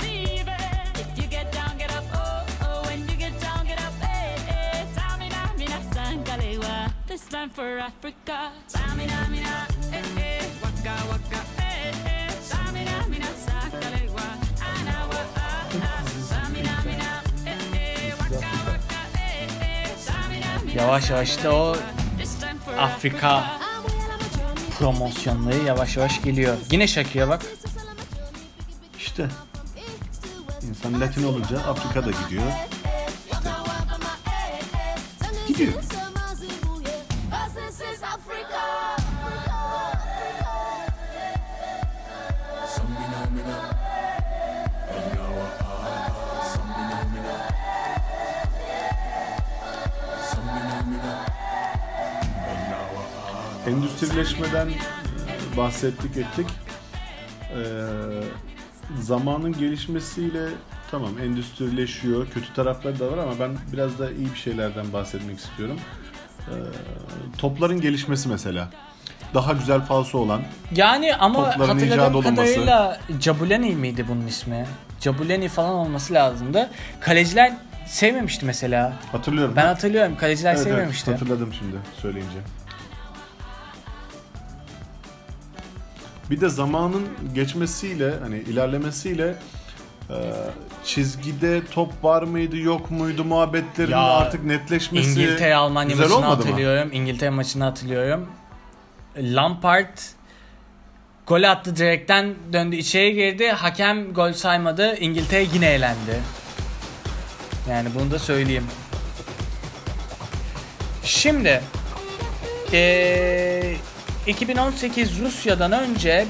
[SPEAKER 2] Yavaş yavaş da o Afrika promosyonları yavaş yavaş geliyor. Yine Shakira bak.
[SPEAKER 3] İşte insan Latin olunca Afrika'da gidiyor. İşte gidiyor. Endüstrileşmeden bahsettik ettik. Zamanın gelişmesiyle tamam endüstrileşiyor, kötü tarafları da var ama ben biraz da iyi bir şeylerden bahsetmek istiyorum. Topların gelişmesi mesela. Daha güzel falso olan.
[SPEAKER 2] Yani ama
[SPEAKER 3] Topların icat
[SPEAKER 2] hatırladığım
[SPEAKER 3] olunması.
[SPEAKER 2] kadarıyla Jabulani miydi bunun ismi? Jabulani falan olması lazımdı. Kaleciler sevmemişti mesela.
[SPEAKER 3] Hatırlıyorum.
[SPEAKER 2] Ben hatırlıyorum kaleciler
[SPEAKER 3] Evet,
[SPEAKER 2] sevmemişti.
[SPEAKER 3] evet, hatırladım şimdi söyleyince. Bir de zamanın geçmesiyle hani ilerlemesiyle çizgide top var mıydı yok muydu muhabbetlerin
[SPEAKER 2] Ya,
[SPEAKER 3] artık netleşmesi
[SPEAKER 2] İngiltere Almanya
[SPEAKER 3] güzel
[SPEAKER 2] maçını
[SPEAKER 3] olmadı mı?
[SPEAKER 2] hatırlıyorum. İngiltere maçını hatırlıyorum. Lampard gol attı, direkten döndü, içeri girdi. Hakem gol saymadı. İngiltere yine elendi. Yani bunu da söyleyeyim. Şimdi 2018 Rusya'dan önce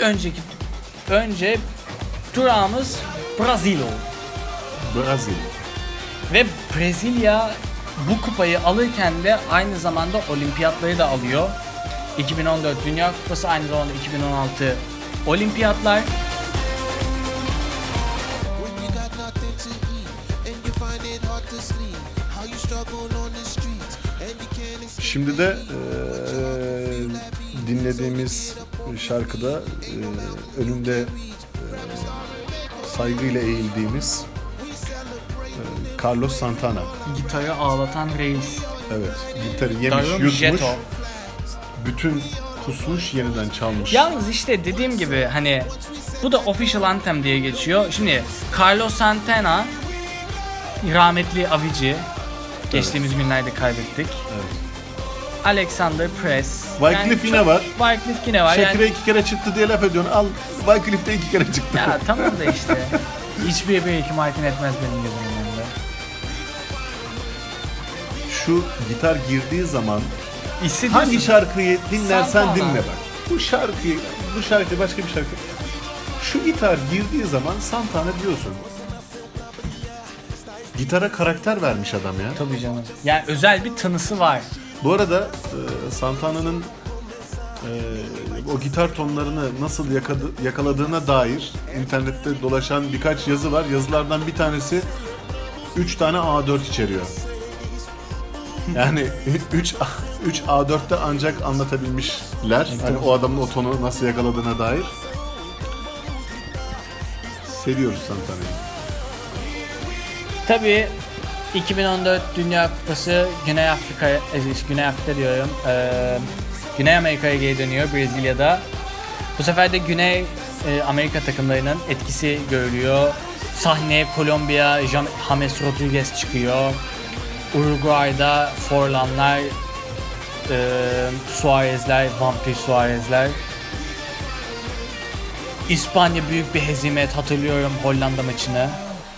[SPEAKER 2] önce durağımız Brezilya oldu.
[SPEAKER 3] Brezilya.
[SPEAKER 2] Ve Brezilya bu kupayı alırken de aynı zamanda olimpiyatları da alıyor. 2014 Dünya Kupası, aynı zamanda 2016 olimpiyatlar.
[SPEAKER 7] When you got nothing to eat and you find it hard to sleep, how you struggle on the streets and you can't escape.
[SPEAKER 3] Şimdi de dinlediğimiz şarkıda önünde saygıyla eğildiğimiz Carlos Santana.
[SPEAKER 2] Gitarı ağlatan reis.
[SPEAKER 3] Evet, gitarı yemiş,
[SPEAKER 2] Darum
[SPEAKER 3] yutmuş,
[SPEAKER 2] Jeto.
[SPEAKER 3] bütün kusmuş, yeniden çalmış.
[SPEAKER 2] Yalnız işte dediğim gibi hani bu da official anthem diye geçiyor. Şimdi Carlos Santana, rahmetli Avicii, geçtiğimiz günlerde kaybettik.
[SPEAKER 3] Evet.
[SPEAKER 2] Alexander Press.
[SPEAKER 3] Wyclef yine var.
[SPEAKER 2] Wyclef yine var.
[SPEAKER 3] Shakira
[SPEAKER 2] Yani,
[SPEAKER 3] 2 kere çıktı diye laf ediyorsun. Al, Wyclef de 2 kere çıktı.
[SPEAKER 2] ya tamam da işte. Hiçbir hikmayetin etmez benim gözümün önünde.
[SPEAKER 3] Şu gitar girdiği zaman
[SPEAKER 2] İstediyorsun.
[SPEAKER 3] hangi şarkıyı dinlersen
[SPEAKER 2] Santana.
[SPEAKER 3] dinle bak. Bu şarkı başka bir şarkı. Şu gitar girdiği zaman Santana diyorsun. Gitara karakter vermiş adam ya.
[SPEAKER 2] Tabii canım. Yani özel bir tınısı var.
[SPEAKER 3] Bu arada Santana'nın o gitar tonlarını nasıl yakaladığına dair internette dolaşan birkaç yazı var. Yazılardan bir tanesi 3 tane A4 içeriyor. Yani 3 A4'te ancak anlatabilmişler. Hani o adamın o tonu nasıl yakaladığına dair. Seviyoruz Santana'yı.
[SPEAKER 2] Tabii 2014 Dünya Kupası Güney Afrika diyorum. Güney Amerika'ya geri dönüyor Brezilya'da. Bu sefer de Güney Amerika takımlarının etkisi görülüyor. Sahneye Kolombiya, James Rodriguez çıkıyor. Uruguay'da Forlanlar, Suarez'ler, Vampir Suarez'ler. İspanya büyük bir hezimet, hatırlıyorum Hollanda maçını.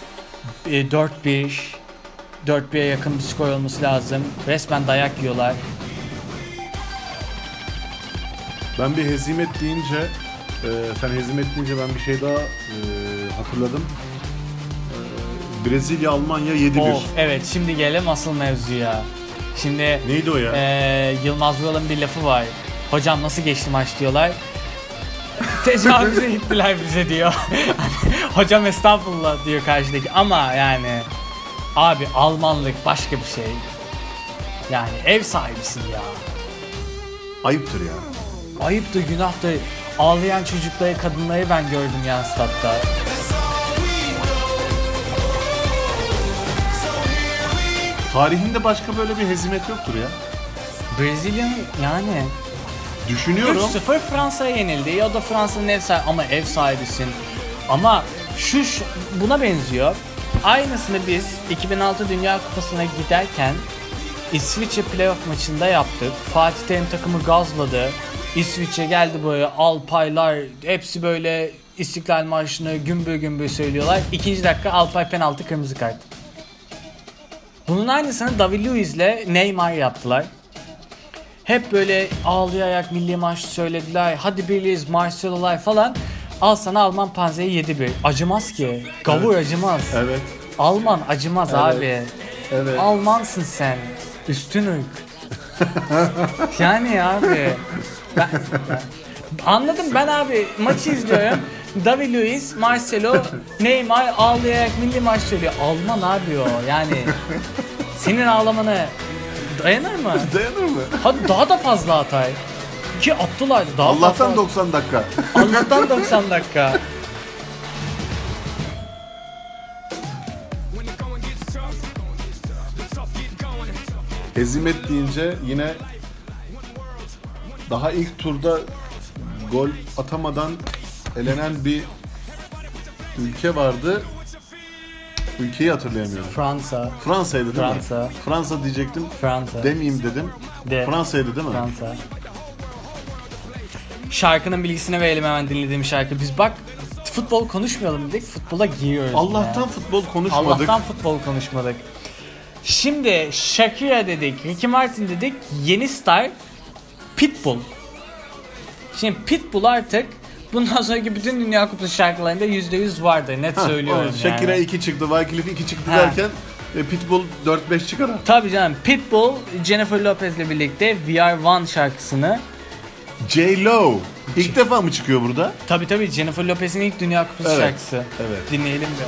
[SPEAKER 2] 4-1'e yakın bir skor olması lazım. Resmen dayak yiyorlar.
[SPEAKER 3] Ben bir hezimet deyince, sen hezimet deyince ben bir şey daha hatırladım. Brezilya, Almanya 7-1.
[SPEAKER 2] Of, evet, şimdi gelelim asıl mevzuya. Şimdi
[SPEAKER 3] Neydi o ya?
[SPEAKER 2] Yılmaz Vural'ın bir lafı var. Hocam nasıl geçti maç diyorlar. Tecavüze gittiler bize diyor. Hocam estağfurullah diyor karşıdaki. Ama yani abi Almanlık başka bir şey. Yani ev sahibisin ya.
[SPEAKER 3] Ayıptır ya.
[SPEAKER 2] Ayıptır, günahtır. Ağlayan çocukları, kadınları ben gördüm ya statta.
[SPEAKER 3] Tarihinde başka böyle bir hezimet yoktur ya.
[SPEAKER 2] Brezilya'nın yani
[SPEAKER 3] Düşünüyorum.
[SPEAKER 2] 3-0 Fransa'ya yenildi. O da Fransa'nın ev sahibi ama ev sahibisin. Ama şu buna benziyor. Aynısını biz 2006 Dünya Kupası'na giderken İsviçre playoff maçında yaptık. Fatih Terim takımı gazladı. İsviçre geldi böyle Alpaylar, hepsi böyle İstiklal Marşı'nı gümbür gümbür söylüyorlar. 2. dakika Alpay penaltı, kırmızı kart. Bunun aynısını David Luiz'le Neymar yaptılar. Hep böyle ağlayarak milli marşı söylediler. Hadi birliyiz, Marcelo'lar falan. Al sana Alman panzeri 7-1. Acımaz ki. Gavur acımaz.
[SPEAKER 3] Evet.
[SPEAKER 2] Alman acımaz abi.
[SPEAKER 3] Evet.
[SPEAKER 2] Almansın sen. Üstün ırk. Yani abi. Anladım ben abi. Maçı izliyorum. David Luiz, Marcelo, Neymar ağlayarak milli marş söylüyor. Alman abi o. Yani senin ağlamanı dayanır mı?
[SPEAKER 3] Dayanır mı?
[SPEAKER 2] Hadi daha da fazla atay. Ki attılar. Daha
[SPEAKER 3] Allah'tan
[SPEAKER 2] fazla.
[SPEAKER 3] 90 dakika.
[SPEAKER 2] Allah'tan 90 dakika.
[SPEAKER 3] Hezimet deyince yine daha ilk turda gol atamadan elenen bir ülke vardı. Ülkeyi hatırlayamıyorum.
[SPEAKER 2] Fransa.
[SPEAKER 3] Fransa'ydı değil
[SPEAKER 2] Fransa.
[SPEAKER 3] mi? Fransa diyecektim.
[SPEAKER 2] Fransa.
[SPEAKER 3] Demeyeyim dedim.
[SPEAKER 2] De.
[SPEAKER 3] Fransa'ydı değil mi?
[SPEAKER 2] Fransa. şarkının bilgisini verelim hemen dinlediğim şarkı. Biz bak futbol konuşmayalım dedik. Futbola giriyoruz.
[SPEAKER 3] Allah'tan
[SPEAKER 2] ya.
[SPEAKER 3] futbol konuşmadık.
[SPEAKER 2] Allah'tan futbol konuşmadık. Şimdi Shakira dedik, Ricky Martin dedik, yeni star Pitbull. Şimdi Pitbull artık bundan sonraki bütün Dünya Kupası şarkılarında %100 vardır. Net söylüyorum yani.
[SPEAKER 3] Shakira 2 çıktı, Wyclef 2 çıktı
[SPEAKER 2] Ha.
[SPEAKER 3] derken Pitbull 4-5 çıkar.
[SPEAKER 2] Tabii canım. Pitbull, Jennifer Lopez'le birlikte We Are One şarkısını.
[SPEAKER 3] J-Lo. İlk defa mı çıkıyor burada?
[SPEAKER 2] Tabii Jennifer Lopez'in ilk Dünya Kupası
[SPEAKER 3] Evet,
[SPEAKER 2] şarkısı.
[SPEAKER 3] evet.
[SPEAKER 2] Dinleyelim de.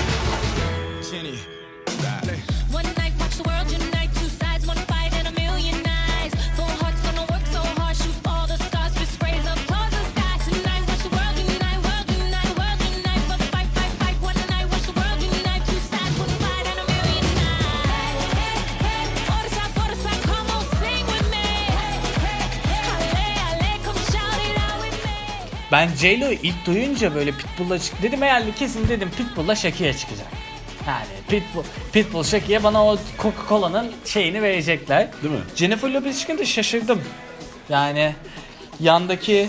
[SPEAKER 5] One night, watch the world unite. Two sides, one fight, and a million eyes. Four hearts gonna work so hard, shoot all the stars, fist raise up towards the sky. Tonight, watch the world unite, world unite, world unite. For the fight, fight, fight. One night, watch the world unite. Two sides, one fight, and a million eyes. For the side, come on, sing with me. Halle, halle, come shout it out with me.
[SPEAKER 2] Ben J-Lo'yu ilk duyunca böyle Pitbull'la çık dedim, herhalde kesin dedim Pitbull'la Shakira çıkacak. Yani Pitbull Shakira bana o Coca-Cola'nın şeyini verecekler.
[SPEAKER 3] Değil mi?
[SPEAKER 2] Jennifer Lopez çıkınca şaşırdım. Yani yandaki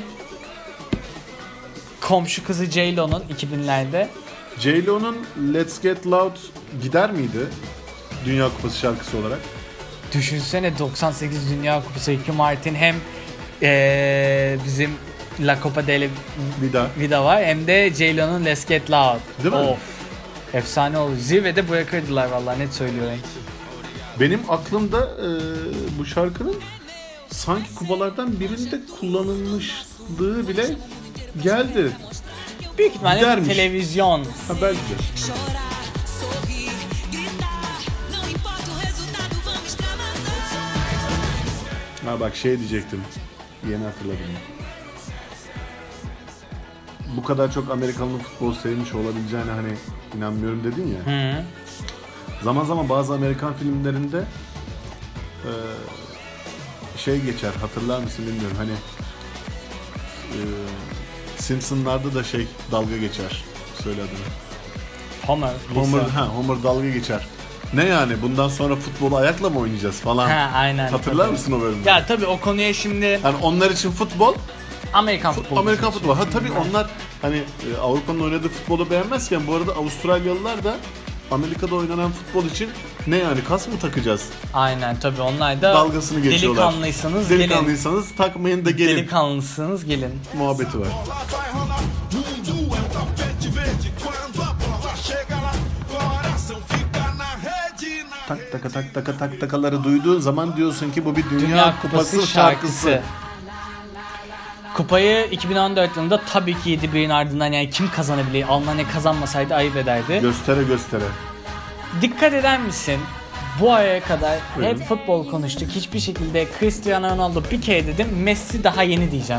[SPEAKER 2] komşu kızı J-Lo'nun 2000'lerde.
[SPEAKER 3] J-Lo'nun Let's Get Loud gider miydi? Dünya Kupası şarkısı olarak.
[SPEAKER 2] Düşünsene 98 Dünya Kupası Ricky Martin hem bizim La Copa del Vida var hem de J-Lo'nun Let's Get Loud.
[SPEAKER 3] Değil mi?
[SPEAKER 2] Of. Efsane oldu. Zirvede bırakırdılar vallahi, net söylüyorum.
[SPEAKER 3] Benim aklımda bu şarkının sanki kupalardan birinde kullanılmışlığı bile geldi.
[SPEAKER 2] Büyük ihtimalle
[SPEAKER 3] Gidermiş.
[SPEAKER 2] televizyon.
[SPEAKER 3] Ha, belki de.
[SPEAKER 5] Chorar, sorrir, gritar. Não importa o resultado, vamos extravasar.
[SPEAKER 3] Ha bak şey diyecektim. Yeni hatırladım. Bu kadar çok Amerikanlı futbol sevmiş olabileceğine hani inanmıyorum dedin ya.
[SPEAKER 2] Hı.
[SPEAKER 3] Zaman zaman bazı Amerikan filmlerinde şey geçer, hatırlar mısın bilmiyorum, hani Simpsonlarda da şey dalga geçer, söyle adını. Homer dalga geçer. Ne yani bundan sonra futbolu ayakla mı oynayacağız falan.
[SPEAKER 2] Ha, aynen.
[SPEAKER 3] Hatırlar
[SPEAKER 2] tabii.
[SPEAKER 3] mısın o bölümü?
[SPEAKER 2] Ya tabii o konuya şimdi
[SPEAKER 3] Yani onlar için futbol,
[SPEAKER 2] Amerikan futbolu.
[SPEAKER 3] Amerikan futbolu. Ha tabii onlar hani Avrupa'nın oynadığı futbolu beğenmezken bu arada Avustralyalılar da Amerika'da oynanan futbol için ne yani kas mı takacağız?
[SPEAKER 2] Aynen tabii onlar da
[SPEAKER 3] Dalgasını geçiyorlar.
[SPEAKER 2] delikanlıysanız gelin.
[SPEAKER 3] Delikanlıysanız takmayın da gelin.
[SPEAKER 2] Delikanlısınız gelin.
[SPEAKER 3] Muhabbeti var.
[SPEAKER 6] Vai rolar, mundo é um tapete verde. Quando a bola chega lá, coração fica na rede.
[SPEAKER 3] Tak taka tak taka tak takaları duyduğun zaman diyorsun ki bu bir Dünya Kupası şarkısı.
[SPEAKER 2] Kupayı 2014 yılında tabii ki 7-1'in ardından, yani kim kazanabilir? Almanya kazanmasaydı ayıp ederdi.
[SPEAKER 3] Göstere göstere.
[SPEAKER 2] Dikkat eder misin? Bu aya kadar
[SPEAKER 3] Buyurun.
[SPEAKER 2] hep futbol konuştuk. Hiçbir şekilde Cristiano Ronaldo bir kere dedim. Messi daha yeni diyeceğim.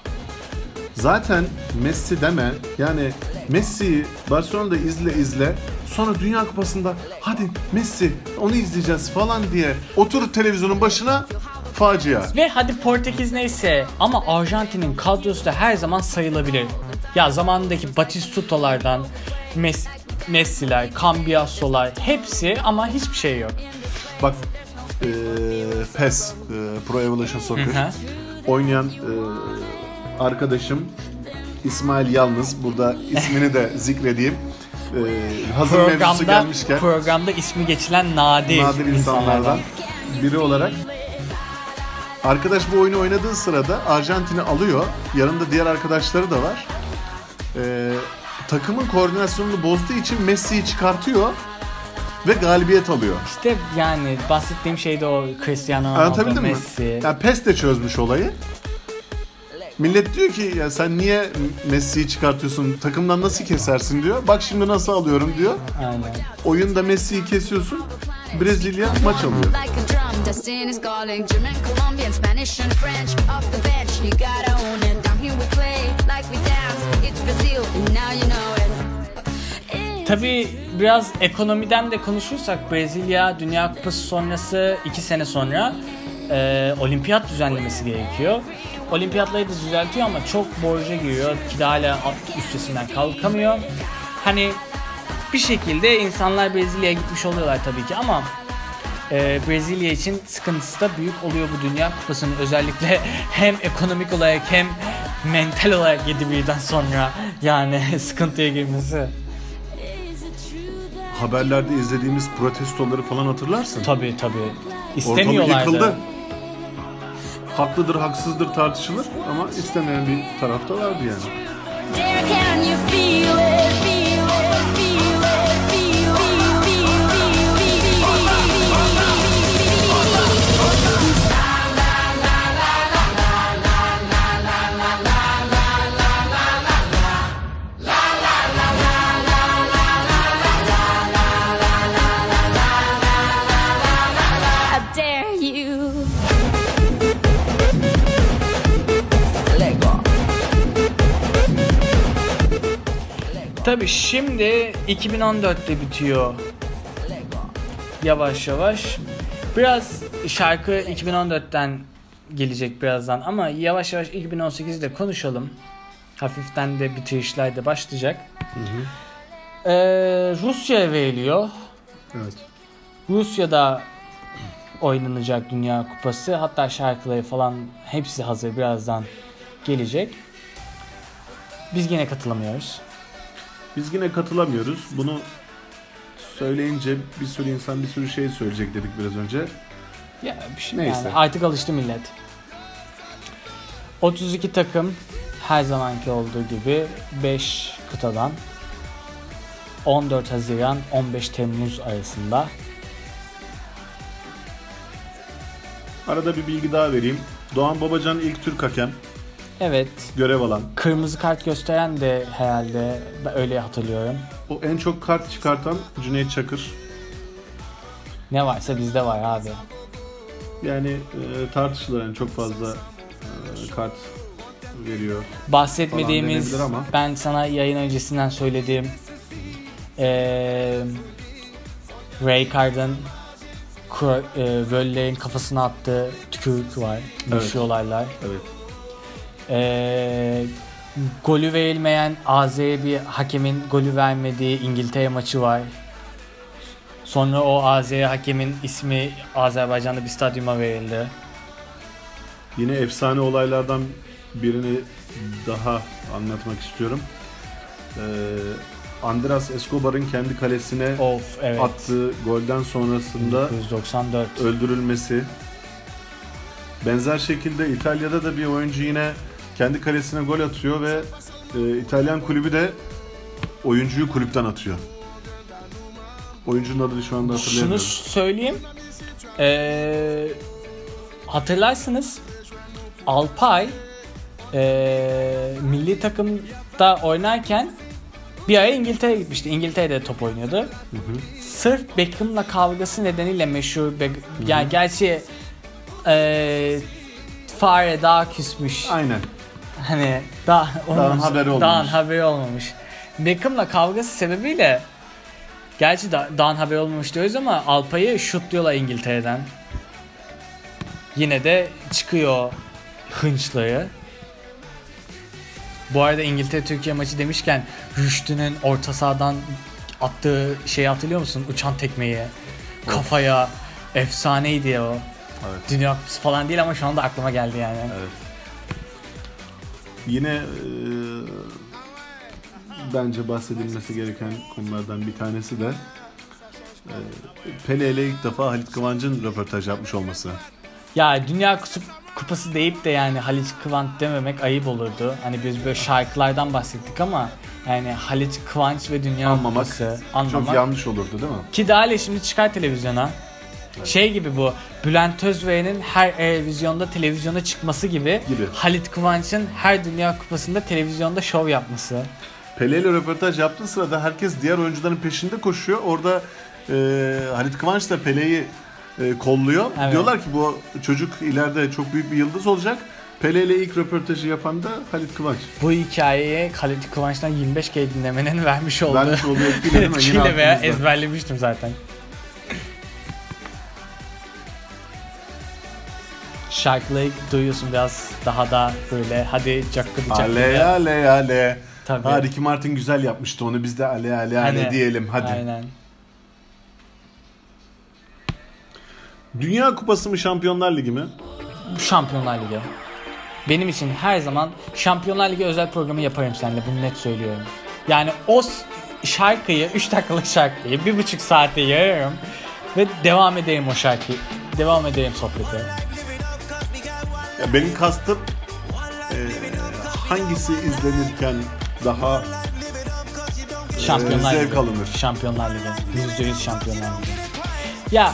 [SPEAKER 3] Zaten Messi deme. Yani Messi'yi Barcelona'da izle. Sonra Dünya Kupası'nda hadi Messi onu izleyeceğiz falan diye otur televizyonun başına, facia.
[SPEAKER 2] Ve hadi Portekiz neyse ama Arjantin'in kadrosu da her zaman sayılabilir. Ya zamanındaki Batistuta'lardan Messi'ler, Cambiaso'lar hepsi ama hiçbir şey yok.
[SPEAKER 3] Bak PES, Pro Evolution Soccer
[SPEAKER 2] Hı hı.
[SPEAKER 3] oynayan arkadaşım İsmail Yalnız, burada ismini de zikredeyim. Hazır mevzusu gelmişken
[SPEAKER 2] Programda ismi geçilen nadir
[SPEAKER 3] insanlardan biri olarak arkadaş bu oyunu oynadığı sırada Arjantin'i alıyor. Yanında diğer arkadaşları da var. Takımın koordinasyonunu bozduğu için Messi'yi çıkartıyor ve galibiyet alıyor.
[SPEAKER 2] İşte yani bahsettiğim şey de o, Cristiano Ronaldo,
[SPEAKER 3] Anlatabildim mi?
[SPEAKER 2] Messi.
[SPEAKER 3] Yani PES de çözmüş olayı. Millet diyor ki ya sen niye Messi'yi çıkartıyorsun? Takımdan nasıl kesersin diyor. Bak şimdi nasıl alıyorum diyor.
[SPEAKER 2] Aynen.
[SPEAKER 3] Oyunda Messi'yi kesiyorsun. Brezilya maç alıyor.
[SPEAKER 5] Like a drum, destiny's calling. German, Colombian, Spanish and French. Off the bench, you gotta own it. Down here we play like we dance. It's Brazil, and now you know it.
[SPEAKER 2] Tabii biraz ekonomiden de konuşursak Brezilya Dünya Kupası sonrası 2 sene sonra olimpiyat düzenlemesi gerekiyor. Olimpiyatları da düzeltiyor ama çok borca giriyor ki de hala üstesinden kalkamıyor. Hani bir şekilde insanlar Brezilya'ya gitmiş oluyorlar tabii ki ama Brezilya için sıkıntısı da büyük oluyor bu Dünya Kupası'nın, özellikle hem ekonomik olarak hem mental olarak 7-1'den sonra yani sıkıntıya girmesi.
[SPEAKER 3] Haberlerde izlediğimiz protestoları falan hatırlarsın.
[SPEAKER 2] Tabii.
[SPEAKER 3] Ortalık
[SPEAKER 2] İstemiyorlardı.
[SPEAKER 3] yıkıldı. Haklıdır, haksızdır tartışılır ama istemeyen bir tarafta vardı yani.
[SPEAKER 5] There, can you feel it? Feel it? Feel it? Feel I dare you. Let go.
[SPEAKER 2] Tabii şimdi 2014'te bitiyor. Yavaş yavaş. Biraz şarkı 2014'ten gelecek birazdan ama yavaş yavaş 2018'de konuşalım. Hafiften de bitirişler de başlayacak. Rusya'ya veriliyor.
[SPEAKER 3] Evet.
[SPEAKER 2] Rusya'da oynanacak Dünya Kupası. Hatta şarkıları falan hepsi hazır, birazdan gelecek. Biz yine katılamıyoruz.
[SPEAKER 3] Biz yine katılamıyoruz. Bunu söyleyince bir sürü insan bir sürü şey söyleyecek dedik biraz önce.
[SPEAKER 2] Ya bir şey
[SPEAKER 3] Neyse.
[SPEAKER 2] yani artık alıştı millet. 32 takım her zamanki olduğu gibi 5 kıtadan 14 Haziran 15 Temmuz arasında.
[SPEAKER 3] Arada bir bilgi daha vereyim. Doğan Babacan ilk Türk hakem,
[SPEAKER 2] Evet,
[SPEAKER 3] görev alan.
[SPEAKER 2] kırmızı kart gösteren de herhalde, ben öyle hatırlıyorum.
[SPEAKER 3] O en çok kart çıkartan Cüneyt Çakır.
[SPEAKER 2] Ne varsa bizde var abi.
[SPEAKER 3] Yani tartışılır, yani çok fazla kart veriyor.
[SPEAKER 2] Bahsetmediğimiz,
[SPEAKER 3] Falan denebilir ama.
[SPEAKER 2] ben sana yayın öncesinden söylediğim Rijkaard'ın Völler'in kafasına attığı tükürük var.
[SPEAKER 3] Evet.
[SPEAKER 2] Meşhur olaylar.
[SPEAKER 3] Evet.
[SPEAKER 2] Golü verilmeyen AZ'ye bir hakemin golü vermediği İngiltere maçı var. Sonra o AZ hakemin ismi Azerbaycan'da bir stadyuma verildi.
[SPEAKER 3] Yine efsane olaylardan birini daha anlatmak istiyorum. Andras Escobar'ın kendi kalesine
[SPEAKER 2] Of, evet.
[SPEAKER 3] attığı golden sonrasında
[SPEAKER 2] 1994.
[SPEAKER 3] öldürülmesi. Benzer şekilde İtalya'da da bir oyuncu yine kendi kalesine gol atıyor ve İtalyan kulübü de oyuncuyu kulüpten atıyor. Oyuncunun adını şu anda
[SPEAKER 2] Şunu
[SPEAKER 3] hatırlayamıyorum.
[SPEAKER 2] söyleyeyim. Hatırlarsınız Alpay milli takımda oynarken bir ara İngiltere'ye gitmişti. İngiltere'de top oynuyordu. Sırf Beckham'la kavgası nedeniyle meşhur. Yani gerçi fare daha küsmüş.
[SPEAKER 3] Aynen.
[SPEAKER 2] Hani daha
[SPEAKER 3] Dağın haberi olmamış.
[SPEAKER 2] Dağın haberi olmamış. Beckham'la kavgası sebebiyle, gerçi Dağın haberi olmamış diyoruz ama Alpay'ı şutluyorlar İngiltere'den. Yine de çıkıyor hınçları. Bu arada İngiltere-Türkiye maçı demişken Rüştü'nün orta sahadan attığı şeyi hatırlıyor musun? Uçan tekmeyi. Kafaya. Efsaneydi ya o.
[SPEAKER 3] Evet.
[SPEAKER 2] Dünya Kupası falan değil ama şu anda aklıma geldi yani.
[SPEAKER 3] Evet. Yine bence bahsedilmesi gereken konulardan bir tanesi de Pele ile ilk defa Halit Kıvanç'ın röportaj yapmış olması.
[SPEAKER 2] Ya Dünya Kupası deyip de yani Halit Kıvanç dememek ayıp olurdu. Hani biz böyle şarkılardan bahsettik ama yani Halit Kıvanç ve Dünya
[SPEAKER 3] Anmamak
[SPEAKER 2] Kupası
[SPEAKER 3] çok yanlış olurdu değil mi?
[SPEAKER 2] Ki daha şimdi çıkar televizyona. Şey gibi bu, Bülent Özvey'in her televizyona çıkması gibi. Halit Kıvanç'ın her Dünya Kupası'nda televizyonda şov yapması.
[SPEAKER 3] Pele ile röportaj yaptığı sırada herkes diğer oyuncuların peşinde koşuyor. Orada Halit Kıvanç da Pele'yi kolluyor.
[SPEAKER 2] Evet.
[SPEAKER 3] Diyorlar ki bu çocuk ileride çok büyük bir yıldız olacak. Pele ile ilk röportajı yapan da Halit Kıvanç.
[SPEAKER 2] Bu hikayeyi Halit Kıvanç'tan 25 kere dinlemenin vermiş olduğu
[SPEAKER 3] etkiyle değil mi? Yine
[SPEAKER 2] etkiyle veya
[SPEAKER 3] aklımızda.
[SPEAKER 2] ezberlemiştim zaten. Şarkıları duyuyorsun biraz daha da böyle hadi cakkıdı
[SPEAKER 3] Ale ale ale.
[SPEAKER 2] Tabii.
[SPEAKER 3] Ha, Ricky Martin güzel yapmıştı onu. Biz de ale ale ale
[SPEAKER 2] Hani,
[SPEAKER 3] diyelim hadi.
[SPEAKER 2] Aynen.
[SPEAKER 3] Dünya Kupası mı Şampiyonlar Ligi mi?
[SPEAKER 2] Şampiyonlar Ligi. benim için her zaman Şampiyonlar Ligi özel programı yaparım seninle, bunu net söylüyorum. Yani o şarkıyı, 3 dakikalık şarkıyı 1,5 saate yayarım ve devam ederim o şarkıyı. Devam ederim sohbete.
[SPEAKER 3] Ya benim kastım hangisi izlenirken daha
[SPEAKER 2] Şampiyonlar
[SPEAKER 3] zevk
[SPEAKER 2] Ligi.
[SPEAKER 3] alınır.
[SPEAKER 2] Şampiyonlar Ligi. %100 Şampiyonlar Ligi. Ya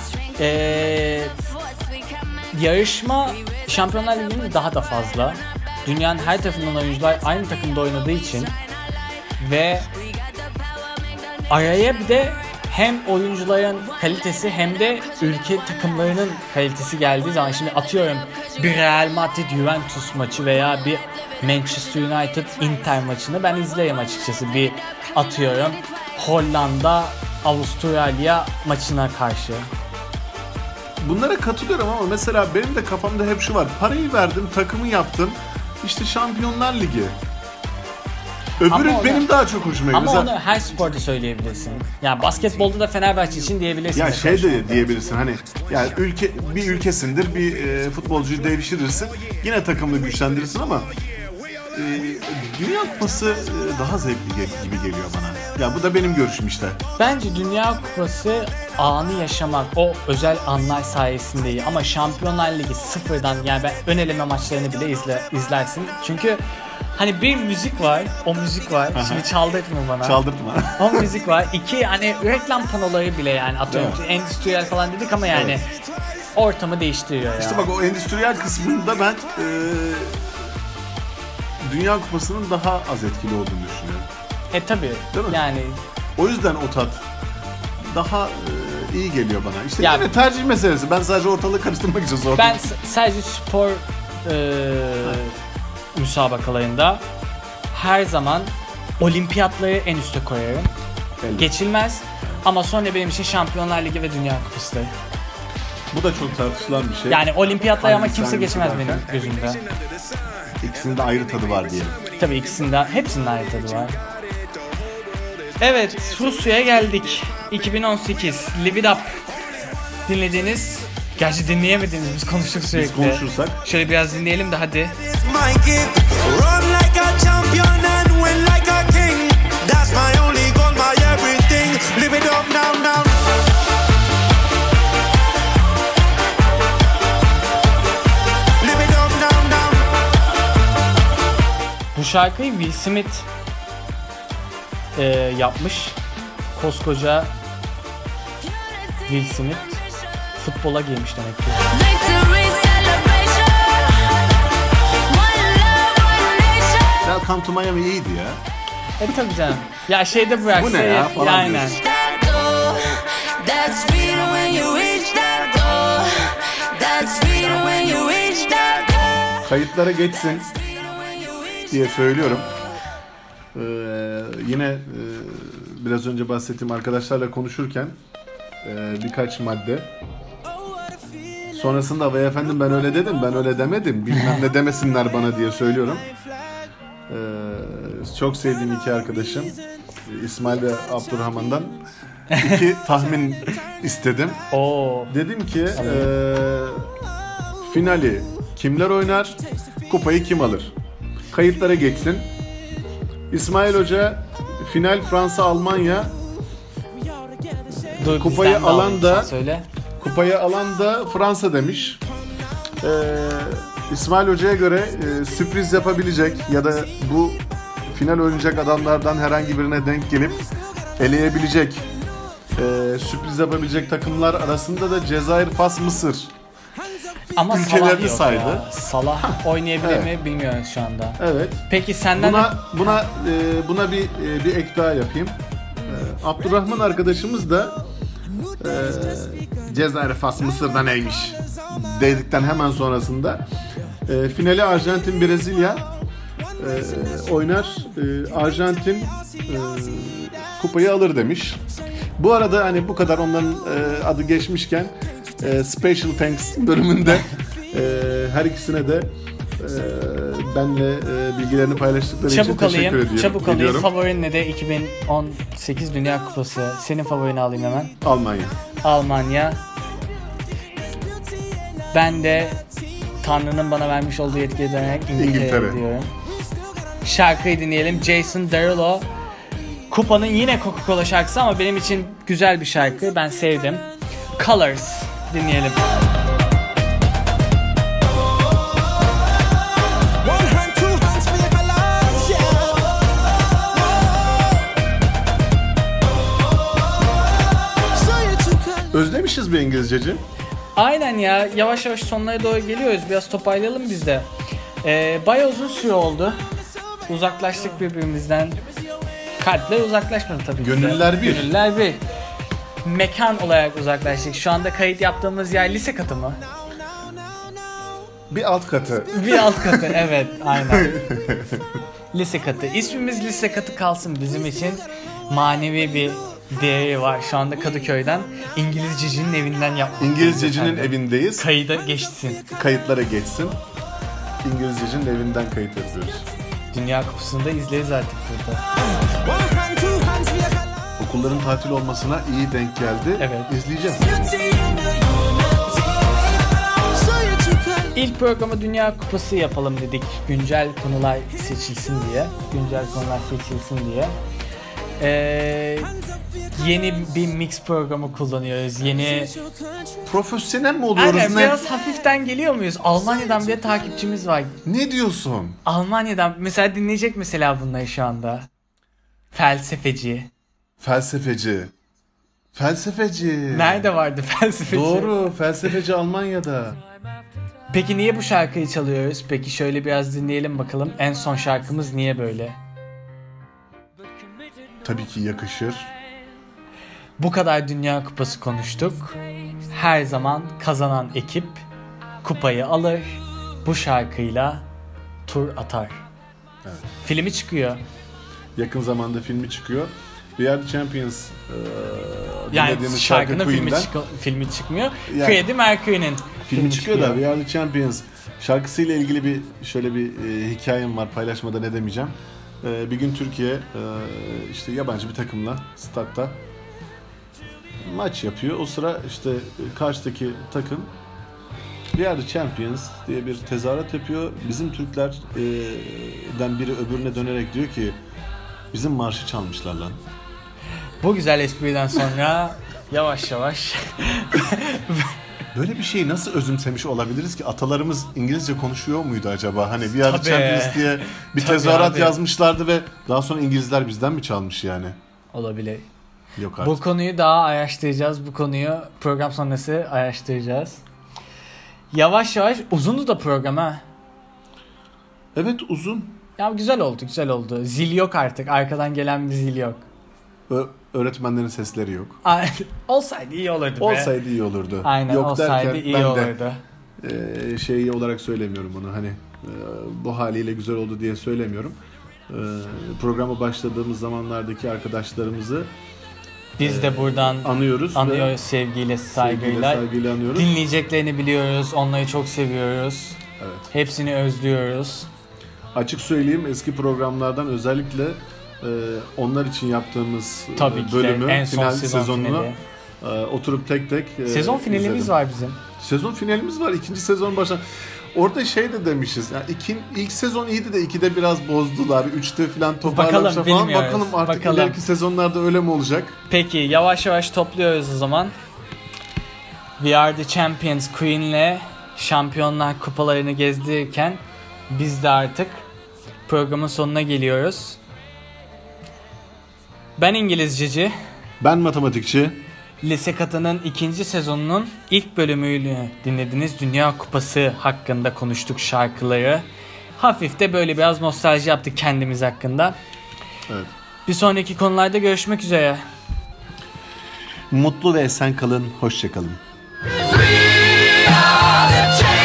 [SPEAKER 2] yarışma Şampiyonlar Ligi'nin daha da fazla. Dünyanın her tarafından oyuncular aynı takımda oynadığı için ve araya bir de hem oyuncuların kalitesi hem de ülke takımlarının kalitesi geldiği zaman, şimdi atıyorum bir Real Madrid Juventus maçı veya bir Manchester United Inter maçını ben izlerim açıkçası. Bir atıyorum Hollanda Avustralya maçına karşı.
[SPEAKER 3] Bunlara katılıyorum ama mesela benim de kafamda hep şu var. Parayı verdim, takımı yaptım. İşte Şampiyonlar Ligi. Öbürü
[SPEAKER 2] Ama onu-
[SPEAKER 3] benim daha çok hoşuma gidiyor.
[SPEAKER 2] Ama
[SPEAKER 3] Mesela
[SPEAKER 2] onu her sporda söyleyebilirsin. Yani basketbolda da Fenerbahçe için diyebilirsin.
[SPEAKER 3] ya
[SPEAKER 2] mesela
[SPEAKER 3] şey de diyebilirsin, hani yani bir ülkesindir, bir futbolcuyu devşirirsin, yine takımını güçlendirirsin ama Dünya Kupası daha zevkli gibi geliyor bana. Ya bu da benim görüşüm işte.
[SPEAKER 2] Bence Dünya Kupası anı yaşamak, o özel anlar sayesinde iyi. Ama Şampiyonlar Ligi sıfırdan, yani ben ön eleme maçlarını bile izlersin. Çünkü hani bir müzik var, o müzik var. Şimdi çaldırtma bana.
[SPEAKER 3] Çaldırtma.
[SPEAKER 2] O müzik var. İki, hani reklam panoları bile, yani atıyorum endüstriyel falan dedik ama yani ortamı değiştiriyor ya.
[SPEAKER 3] İşte bak, o endüstriyel kısmında ben Dünya Kupası'nın daha az etkili olduğunu düşünüyorum.
[SPEAKER 2] Tabii.
[SPEAKER 3] Değil mi?
[SPEAKER 2] Yani
[SPEAKER 3] O yüzden o tat daha iyi geliyor bana. İşte
[SPEAKER 2] Ya-
[SPEAKER 3] yine tercih meselesi. Ben sadece ortalığı karıştırmak için sordum.
[SPEAKER 2] ben sadece spor müsabakalarında her zaman olimpiyatları en üste koyarım.
[SPEAKER 3] Elbette.
[SPEAKER 2] Geçilmez. Ama sonra benim için Şampiyonlar Ligi ve Dünya Kupası.
[SPEAKER 3] Bu da çok tartışılan bir şey.
[SPEAKER 2] Yani olimpiyatları ama
[SPEAKER 3] Hangisi
[SPEAKER 2] kimse geçemez
[SPEAKER 3] hangisi
[SPEAKER 2] benim
[SPEAKER 3] derken?
[SPEAKER 2] gözümde.
[SPEAKER 3] İkisinin de ayrı tadı var diyelim.
[SPEAKER 2] Tabii hepsinin ayrı tadı var. Evet, Rusya'ya geldik. 2018 Live It Up dinlediniz. Gerçi dinleyemediniz, biz konuştuk sürekli.
[SPEAKER 3] Biz konuşursak.
[SPEAKER 2] Şöyle biraz dinleyelim de hadi.
[SPEAKER 8] My gift, run like a champion and win like a king. That's my only goal, my everything. Live it up now, now. Live it up now, now.
[SPEAKER 2] Bu şarkıyı Will Smith yapmış. Koskoca Will Smith futbola girmiş demek ki.
[SPEAKER 5] Victory celebration. One love, one nation.
[SPEAKER 3] Welcome to Miami iyiydi ya.
[SPEAKER 2] Tabii canım. Ya şeyde bıraksa
[SPEAKER 3] Bu ne ya falan
[SPEAKER 2] aynen.
[SPEAKER 3] diyorsun.
[SPEAKER 5] That goal, that's freedom when you reach that goal. That's freedom when you reach that goal.
[SPEAKER 3] Kayıtlara geçsin diye söylüyorum. Yine biraz önce bahsettiğim arkadaşlarla konuşurken birkaç madde. Sonrasında vay efendim ben öyle dedim, ben öyle demedim, bilmem ne demesinler bana diye söylüyorum. Çok sevdiğim iki arkadaşım İsmail ve Abdurrahman'dan iki tahmin istedim.
[SPEAKER 2] Oo.
[SPEAKER 3] Dedim ki finali kimler oynar, kupayı kim alır? Kayıtlara geçsin. İsmail Hoca final Fransa-Almanya,
[SPEAKER 2] Dur,
[SPEAKER 3] kupayı
[SPEAKER 2] bizden de
[SPEAKER 3] alan
[SPEAKER 2] alayım,
[SPEAKER 3] da-
[SPEAKER 2] sen söyle.
[SPEAKER 3] kupayı alan da Fransa demiş. İsmail Hoca'ya göre sürpriz yapabilecek ya da bu final oynayacak adamlardan herhangi birine denk gelip eleyebilecek, sürpriz yapabilecek takımlar arasında da Cezayir, Fas, Mısır
[SPEAKER 2] Ama
[SPEAKER 3] ülkelerini
[SPEAKER 2] Salah yok
[SPEAKER 3] saydı.
[SPEAKER 2] ya. Salah oynayabilir
[SPEAKER 3] Evet.
[SPEAKER 2] mi bilmiyoruz şu anda.
[SPEAKER 3] Evet.
[SPEAKER 2] Peki senden
[SPEAKER 3] Buna bir ek daha yapayım. Abdurrahman arkadaşımız da Cezayir, Fas, Mısır'da neymiş dedikten hemen sonrasında finali Arjantin, Brezilya oynar. Arjantin kupayı alır demiş. Bu arada hani bu kadar onların adı geçmişken Special Thanks bölümünde her ikisine de benle bilgilerini paylaştıkları için
[SPEAKER 2] çabuk
[SPEAKER 3] teşekkür
[SPEAKER 2] alayım.
[SPEAKER 3] ediyorum.
[SPEAKER 2] Çabuk alayım.
[SPEAKER 3] ediyorum.
[SPEAKER 2] Favorin ne de 2018 Dünya Kupası. Senin favorini alayım hemen.
[SPEAKER 3] Almanya.
[SPEAKER 2] Almanya. Ben de Tanrı'nın bana vermiş olduğu yetkiye dayanarak
[SPEAKER 3] İngiltere.
[SPEAKER 2] İngiltere diyorum. Şarkıyı dinleyelim. Jason Derulo. Kupa'nın yine Coca-Cola şarkısı ama benim için güzel bir şarkı. Ben sevdim. Colors dinleyelim.
[SPEAKER 7] One hand, two hands for your colors, yeah. So you took a
[SPEAKER 3] Özlemişiz bir İngilizceci.
[SPEAKER 2] Aynen ya. Yavaş yavaş sonlara doğru geliyoruz. Biraz toparlayalım biz de. Bayağı uzun süre oldu. Uzaklaştık birbirimizden. Kalpler uzaklaşmadı tabii ki de.
[SPEAKER 3] Gönüller bir.
[SPEAKER 2] Gönüller bir. Mekan olarak uzaklaştık. Şu anda kayıt yaptığımız yer lise katı mı?
[SPEAKER 3] Bir alt katı.
[SPEAKER 2] Bir alt katı, evet, aynen. Lise katı. İsmimiz lise katı kalsın, bizim için manevi bir değeri var. Şu anda Kadıköy'den İngilizcecinin evinden yapmak.
[SPEAKER 3] İngilizcecinin evindeyiz.
[SPEAKER 2] Kayıda geçsin.
[SPEAKER 3] Kayıtlara geçsin. İngilizcecinin evinden kayıt yapıyoruz.
[SPEAKER 2] Dünya Kupası'nda izleriz artık burada.
[SPEAKER 7] one hand, two hands for your colors.
[SPEAKER 3] Okulların tatil olmasına iyi denk geldi.
[SPEAKER 2] Evet.
[SPEAKER 3] İzleyeceğiz.
[SPEAKER 7] So you took a
[SPEAKER 2] İlk programı Dünya Kupası yapalım dedik. Güncel konular seçilsin diye. Güncel konular seçilsin diye. Yeni bir mix programı kullanıyoruz. Yeni...
[SPEAKER 3] Profesyonel mi oluyoruz
[SPEAKER 2] Aynen,
[SPEAKER 3] ne?
[SPEAKER 2] biraz hafiften geliyor muyuz? Almanya'dan bir takipçimiz var.
[SPEAKER 3] Ne diyorsun?
[SPEAKER 2] Almanya'dan mesela dinleyecek mesela bunları şu anda. Felsefeci.
[SPEAKER 3] Felsefeci. Felsefeci.
[SPEAKER 2] Nerede vardı felsefeci?
[SPEAKER 3] Doğru. Felsefeci Almanya'da.
[SPEAKER 2] Peki niye bu şarkıyı çalıyoruz? Peki şöyle biraz dinleyelim bakalım. En son şarkımız niye böyle?
[SPEAKER 3] Tabii ki yakışır.
[SPEAKER 2] Bu kadar Dünya Kupası konuştuk. Her zaman kazanan ekip kupayı alır. Bu şarkıyla tur atar.
[SPEAKER 3] Evet.
[SPEAKER 2] Filmi çıkıyor.
[SPEAKER 3] Yakın zamanda filmi çıkıyor. We Are The Champions
[SPEAKER 2] Yani
[SPEAKER 3] dinlediğimiz şarkı
[SPEAKER 2] şarkının
[SPEAKER 3] Queen'den.
[SPEAKER 2] filmi çıkmıyor.
[SPEAKER 3] Yani-
[SPEAKER 2] Freddie Mercury'nin
[SPEAKER 3] Filmi çıkıyor da We Are The Champions şarkısıyla ilgili bir şöyle bir hikayem var, paylaşmadan edemeyeceğim. Bir gün Türkiye işte yabancı bir takımla statta maç yapıyor. O sıra işte karşıdaki takım We Are The Champions diye bir tezahürat yapıyor. Bizim Türklerden biri öbürüne dönerek diyor ki bizim marşı çalmışlar lan.
[SPEAKER 2] Bu güzel espriden sonra yavaş yavaş
[SPEAKER 3] Böyle bir şeyi nasıl özümsemiş olabiliriz ki? Atalarımız İngilizce konuşuyor muydu acaba? Hani We Are The
[SPEAKER 2] Tabii.
[SPEAKER 3] Champions diye bir
[SPEAKER 2] Tabii
[SPEAKER 3] tezahürat
[SPEAKER 2] abi.
[SPEAKER 3] yazmışlardı ve daha sonra İngilizler bizden mi çalmış yani?
[SPEAKER 2] olabilir.
[SPEAKER 3] Yok artık.
[SPEAKER 2] Bu konuyu daha araştıracağız. Bu konuyu program sonrası araştıracağız. Yavaş yavaş uzundu da program ha.
[SPEAKER 3] Evet, uzun.
[SPEAKER 2] Ya güzel oldu, güzel oldu. Zil yok artık. Arkadan gelen bir zil yok.
[SPEAKER 3] Öğretmenlerin sesleri yok.
[SPEAKER 2] Olsaydı iyi olurdu be.
[SPEAKER 3] Olsaydı iyi olurdu.
[SPEAKER 2] Aynen,
[SPEAKER 3] yok
[SPEAKER 2] olsaydı
[SPEAKER 3] derken
[SPEAKER 2] iyi
[SPEAKER 3] ben
[SPEAKER 2] olurdu.
[SPEAKER 3] de şey olarak söylemiyorum bunu. Hani bu haliyle güzel oldu diye söylemiyorum. Programa başladığımız zamanlardaki arkadaşlarımızı
[SPEAKER 2] Biz de buradan
[SPEAKER 3] anıyoruz.
[SPEAKER 2] anıyoruz sevgiyle, saygıyla.
[SPEAKER 3] Saygıyla anıyoruz.
[SPEAKER 2] Dinleyeceklerini biliyoruz. Onları çok seviyoruz.
[SPEAKER 3] Evet.
[SPEAKER 2] Hepsini özlüyoruz.
[SPEAKER 3] Açık söyleyeyim, eski programlardan özellikle onlar için yaptığımız
[SPEAKER 2] Tabii ki
[SPEAKER 3] bölümü,
[SPEAKER 2] de en son
[SPEAKER 3] final
[SPEAKER 2] sezon
[SPEAKER 3] sezonunu
[SPEAKER 2] finali.
[SPEAKER 3] oturup tek tek
[SPEAKER 2] Sezon finalimiz
[SPEAKER 3] izledim.
[SPEAKER 2] var bizim.
[SPEAKER 3] Sezon finalimiz var. İkinci sezon başla. Orada şey de demişiz. Yani ilk sezon iyiydi de 2'de biraz bozdular. 3'te falan toparlamışlar falan.
[SPEAKER 2] bilmiyoruz.
[SPEAKER 3] Bakalım artık
[SPEAKER 2] Bakalım.
[SPEAKER 3] ileriki sezonlarda öyle mi olacak?
[SPEAKER 2] Peki yavaş yavaş topluyoruz o zaman. We Are The Champions Queen'le Şampiyonlar Kupalarını gezdirirken biz de artık programın sonuna geliyoruz. Ben İngilizceci,
[SPEAKER 3] Ben matematikçi.
[SPEAKER 2] Lise Katı'nın 2. sezonunun ilk bölümüyle dinlediniz. Dünya Kupası hakkında konuştuk, şarkıları. Hafif de böyle biraz nostalji yaptık kendimiz hakkında.
[SPEAKER 3] Evet.
[SPEAKER 2] Bir sonraki konularda görüşmek üzere.
[SPEAKER 3] Mutlu ve esen kalın. Hoşça kalın.
[SPEAKER 4] We are the champions.